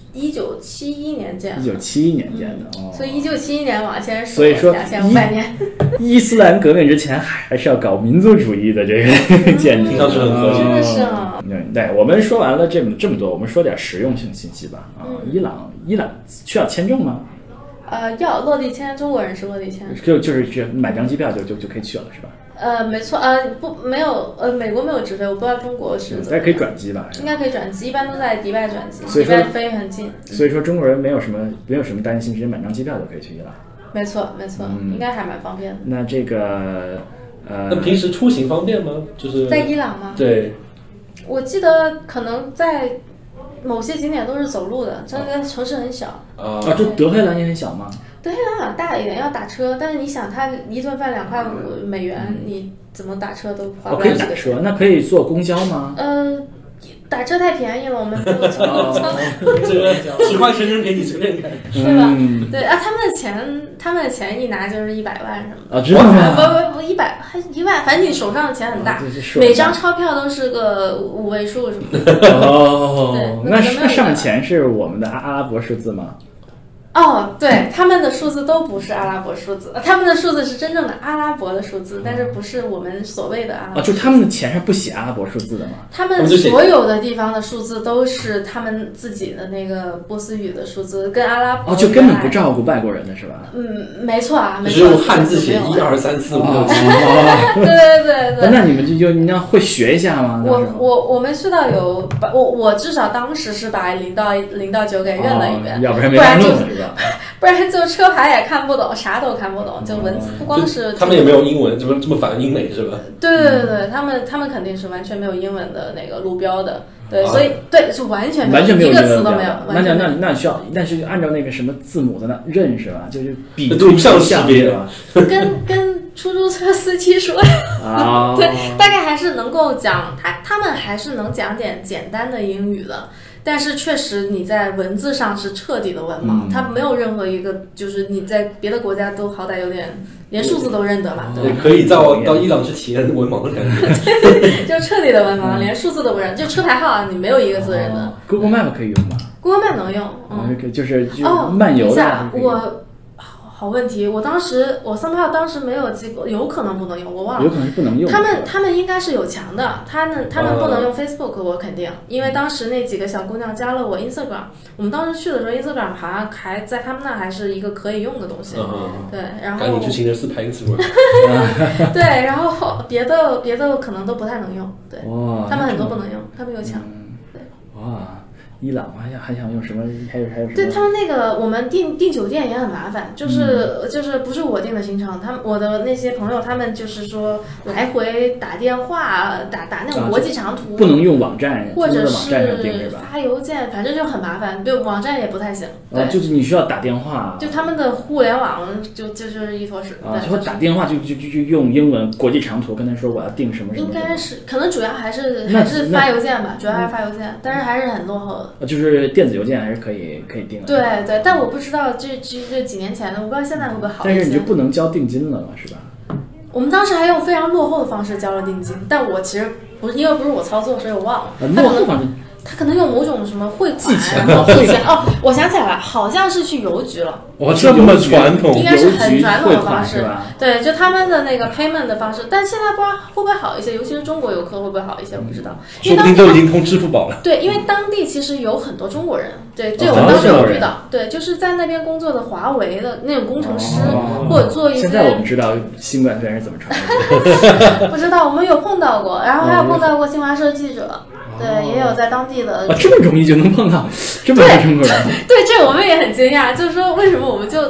1971年建的 ，1971年建的， 所以1971年往前数， 所以说 2500年。 伊斯兰革命之前还是要搞民族主义的这个建筑， 听上去很合理， 真的是啊。 对，我们说完了这么多，我们说点实用性信息吧。伊朗需要签证吗？ 要落地签，中国人是落地签， 就是买张机票就可以去了，是吧？ 没错，没有，美国没有直飞，我不知道中国是怎么样。 但是可以转机吧？ 应该可以转机，一般都在迪拜转机， 迪拜飞很近。 所以说中国人没有什么担心，直接买张机票就可以去伊朗。 没错，应该还蛮方便的。 那这个那平时出行方便吗？就是在伊朗吗？ 对， 我记得可能在某些景点都是走路的，这个城市很小。 这德黑兰也很小吗？ 德黑兰好像大一点，要打车，但是你想，它一顿饭$2.5，你怎么打车都花不了几个钱。 可以打车，那可以坐公交吗？ 打车太便宜了，我们不坐公交。 这个10块钱人给你随便开， 是吧？对啊，他们的钱一拿就是100万什么的。 真的吗？ 不100万，反正你手上的钱很大，每张钞票都是个5位数什么的。 那上面钱是我们的阿拉伯数字吗？ 对，他们的数字都不是阿拉伯数字，他们的数字是真正的阿拉伯的数字，但是不是我们所谓的阿拉伯。 就他们的钱上不写阿拉伯数字的吗？ 他们所有的地方的数字都是他们自己的那个波斯语的数字，跟阿拉伯就根本不照顾外国人的是吧？ 没错啊，没错。 只有汉字写1、2、3、4、5、6、 7。对。 那你们你要会学一下吗？ 我们去到我至少当时是把0到9给认了一遍， 要不然没法弄是吧？ 不然就车牌也看不懂，啥都看不懂，就文字不光是他们也没有英文，这么反英美是吧？ 对，他们肯定是完全没有英文的那个路标的，对，所以对是完全没有一个词都没有。 那需要，但是按照那个什么字母在那认是吧？就是比图像识别吧？ 跟出租车司机说对，大概还是能够讲，他们还是能讲点简单的英语的。但是确实你在文字上是彻底的文盲，它没有任何一个，就是你在别的国家都好歹有点连数字都认得嘛，对吧？ 可以到伊朗去体验文盲的感觉。就彻底的文盲，连数字都不认，就车牌号你没有一个字认得。 Google Map 可以用吗 ？Google Map 能用， 就是漫游的。 好问题，我somehow当时没有记过，有可能不能用，我忘了。 有可能是不能用。 他们应该是有墙的，他们不能用 Facebook， 我肯定，因为当时那几个小姑娘加了我 Instagram， 我们当时去的时候 Instagram 好像还在他们那还是一个可以用的东西。对，然后赶紧去清真寺拍 Instagram。 对，然后别的可能都不太能用，对，他们很多不能用，他们有墙。对， 哇。伊朗还想用什么？还有什么？ 对他们那个，我们订酒店也很麻烦，就是不是我订的行程，我的那些朋友他们就是说来回打电话打那种国际长途， 不能用网站， 或者是发邮件，反正就很麻烦。对，网站也不太行。对， 就是你需要打电话。 就他们的互联网就是一坨屎。 就打电话就用英文国际长途跟他说我要订什么。 应该是，可能主要还是发邮件吧，主要还是发邮件，但是还是很落后的。 就是电子邮件还是可以订的。 对，但我不知道这几年前的，我不知道现在会不会好一些。 但是你就不能交定金了嘛，是吧？ 我们当时还用非常落后的方式交了定金，但我其实因为不是我操作，所以我忘了。 落后方式。 他可能用某种什么汇款， 然后付钱我想起来了，好像是去邮局了。 这么传统， 应该是很传统的方式， 是吧？ 对，就他们的那个 payment 的方式，但现在不知道会不会好一些，尤其是中国游客会不会好一些，我不知道。 说不定都已经通支付宝了。 对，因为当地其实有很多中国人，对，这我们当时有遇到，对，就是在那边工作的华为的那种工程师，或者做一些。 现在我们知道新冠肺炎是怎么传的。 不知道，我们有碰到过，然后还有碰到过新华社记者。对，也有在当地的。 这么容易就能碰到这么多中国人。 对，这我们也很惊讶，就是说为什么我们就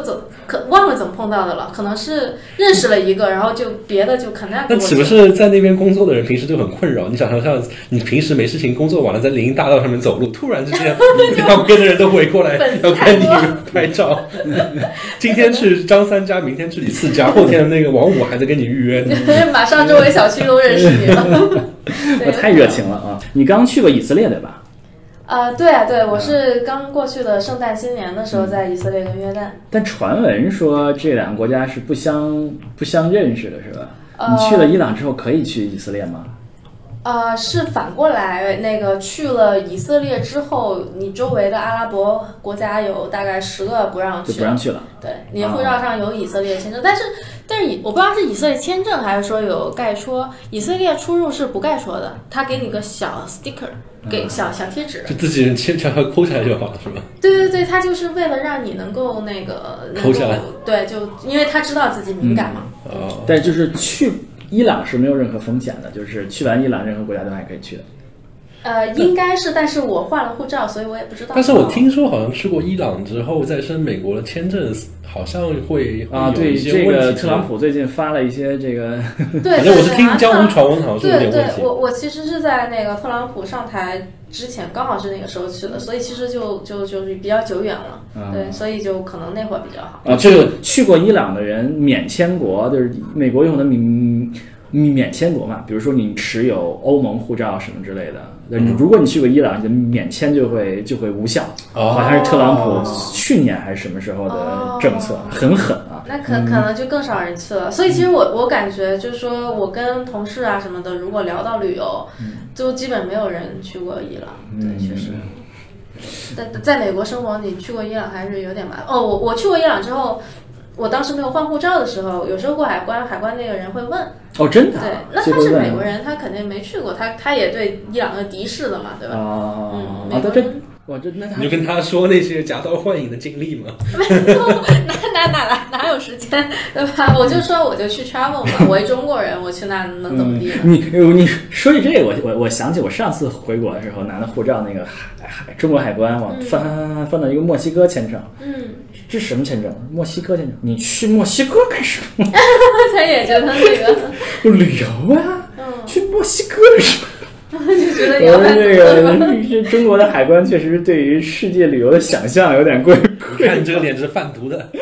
可忘了怎么碰到的了，可能是认识了一个，然后就别的就 connect 过去。 那岂不是在那边工作的人平时就很困扰？你想象像你平时没事情，工作完了在林荫大道上面走路，突然之间旁边的人都围过来要跟你拍照。今天去张三家，明天去李四家，后天那个王五还在跟你预约呢。 马上周围小区都认识你了。 我太热情了啊！你刚去过以色列对吧？ 对啊，对，我是刚过去的圣诞新年的时候在以色列跟约旦。 但传闻说这两个国家是不相认识的，是吧？你去了伊朗之后可以去以色列吗？ 是反过来，那个去了以色列之后，你周围的阿拉伯国家有大概10个不让去， 就不让去了。 对，你护照上有以色列签证，但是我不知道是以色列签证还是说有盖戳，以色列出入是不盖戳的，他给你个小 sticker， 给小贴纸， 就自己人签条抠下来就好了，是吧？ 对，他就是为了让你能够抠下来， 对，就因为他知道自己敏感嘛。 但就是去伊朗是没有任何风险的，就是去完伊朗任何国家都还可以去的。 应该是，但是我换了护照，所以我也不知道。 但是我听说好像去过伊朗之后再申美国的签证，好像会对，这个特朗普最近发了一些这个， 对， 反正我是听江湖传闻，好像是有点问题。 对，我其实是在那个特朗普上台之前，刚好是那个时候去的，所以其实就是比较久远了。对，所以就可能那会儿比较好。 这个去过伊朗的人免签国，就是美国用的免签国嘛，比如说你持有欧盟护照什么之类的。如果你去过伊朗，你的免签就会无效。好像是特朗普去年还是什么时候的政策，很狠啊。 那可能就更少人去了。所以其实我感觉就是说，我跟同事啊什么的，如果聊到旅游，就基本没有人去过伊朗。对，确实。在美国生活，你去过伊朗还是有点麻烦。我去过伊朗之后，我当时没有换护照的时候，有时候过海关那个人会问。 真的？ 对，那他是美国人，他肯定没去过，他也对伊朗的敌视了嘛，对吧？ 你就跟他说那些夹道幻影的经历吗？ 没有，哪有时间，对吧？我就说我就去 travel 嘛，我一中国人，我去那能怎么地呢？ 你说起这个，我想起我上次回国的时候拿的护照，那个中国海关往翻到一个墨西哥签证。这是什么签证？墨西哥签证？你去墨西哥干什么？ 他也觉得那个旅游啊，去墨西哥什么？ 就觉得这中国的海关确实对于世界旅游的想象有点贵。 看你这个脸是贩毒的。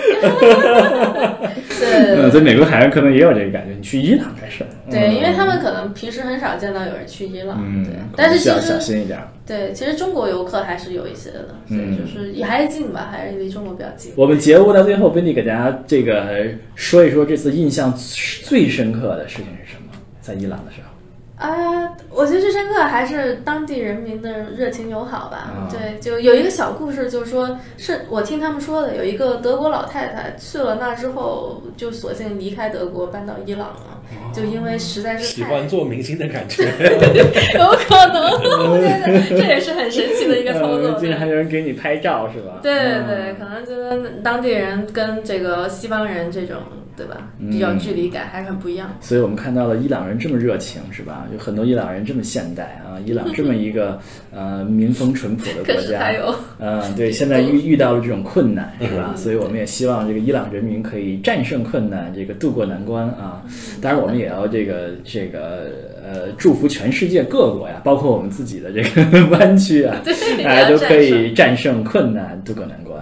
对， 在美国海关可能也有这个感觉。你去伊朗干什么？ 对，因为他们可能平时很少见到有人去伊朗。对，但是其实要小心一点。 对，其实中国游客还是有一些的，所以就是也还是近吧，还是离中国比较近。 我们节目到最后，Wendy给大家这个说一说这次印象最深刻的事情是什么？在伊朗的时候。 我觉得最深刻还是当地人民的热情友好吧。对，就有一个小故事，就是说是我听他们说的，有一个德国老太太去了那之后，就索性离开德国搬到伊朗了，就因为实在是喜欢做明星的感觉。 有可能，我觉得这也是很神奇的一个操作。 竟然还有人给你拍照是吧？ 对，可能觉得当地人跟这个西方人这种，对吧，比较距离感还是很不一样。 所以我们看到了伊朗人这么热情是吧？有很多伊朗人这么现代啊，伊朗这么一个民风淳朴的国家。对，现在遇到了这种困难是吧？所以我们也希望这个伊朗人民可以战胜困难，这个渡过难关啊。当然我们也要这个祝福全世界各国呀，包括我们自己的这个湾区啊，大家都可以战胜困难，渡过难关。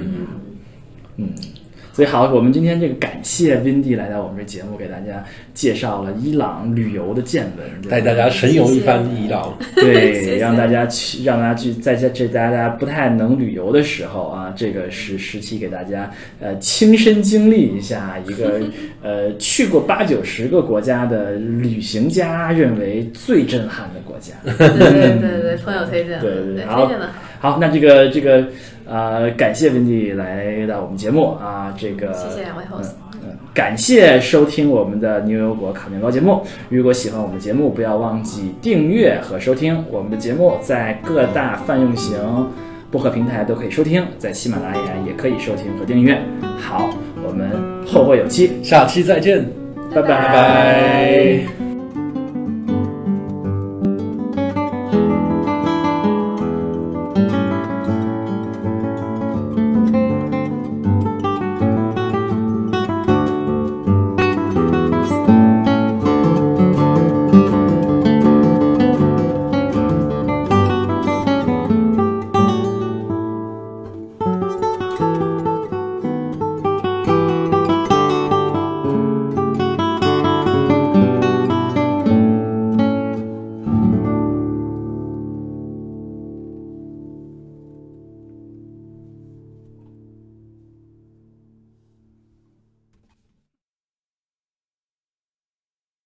所以好，我们今天这个感谢 Wendy 来到我们这节目，给大家介绍了伊朗旅游的见闻， 带大家神游一番伊朗。 对，让大家去，在这大家不太能旅游的时候啊，这个时期给大家亲身经历一下一个去过80-90个国家的旅行家认为最震撼的国家。 对，朋友推荐。对， 好，那这个感谢 Wendy 来到我们节目啊，这个谢谢两位 host。 感谢收听我们的牛油果烤面包节目。如果喜欢我们的节目，不要忘记订阅和收听我们的节目，在各大泛用型播客平台都可以收听，在喜马拉雅也可以收听和订阅。好，我们后会有期， 下期再见， 拜拜。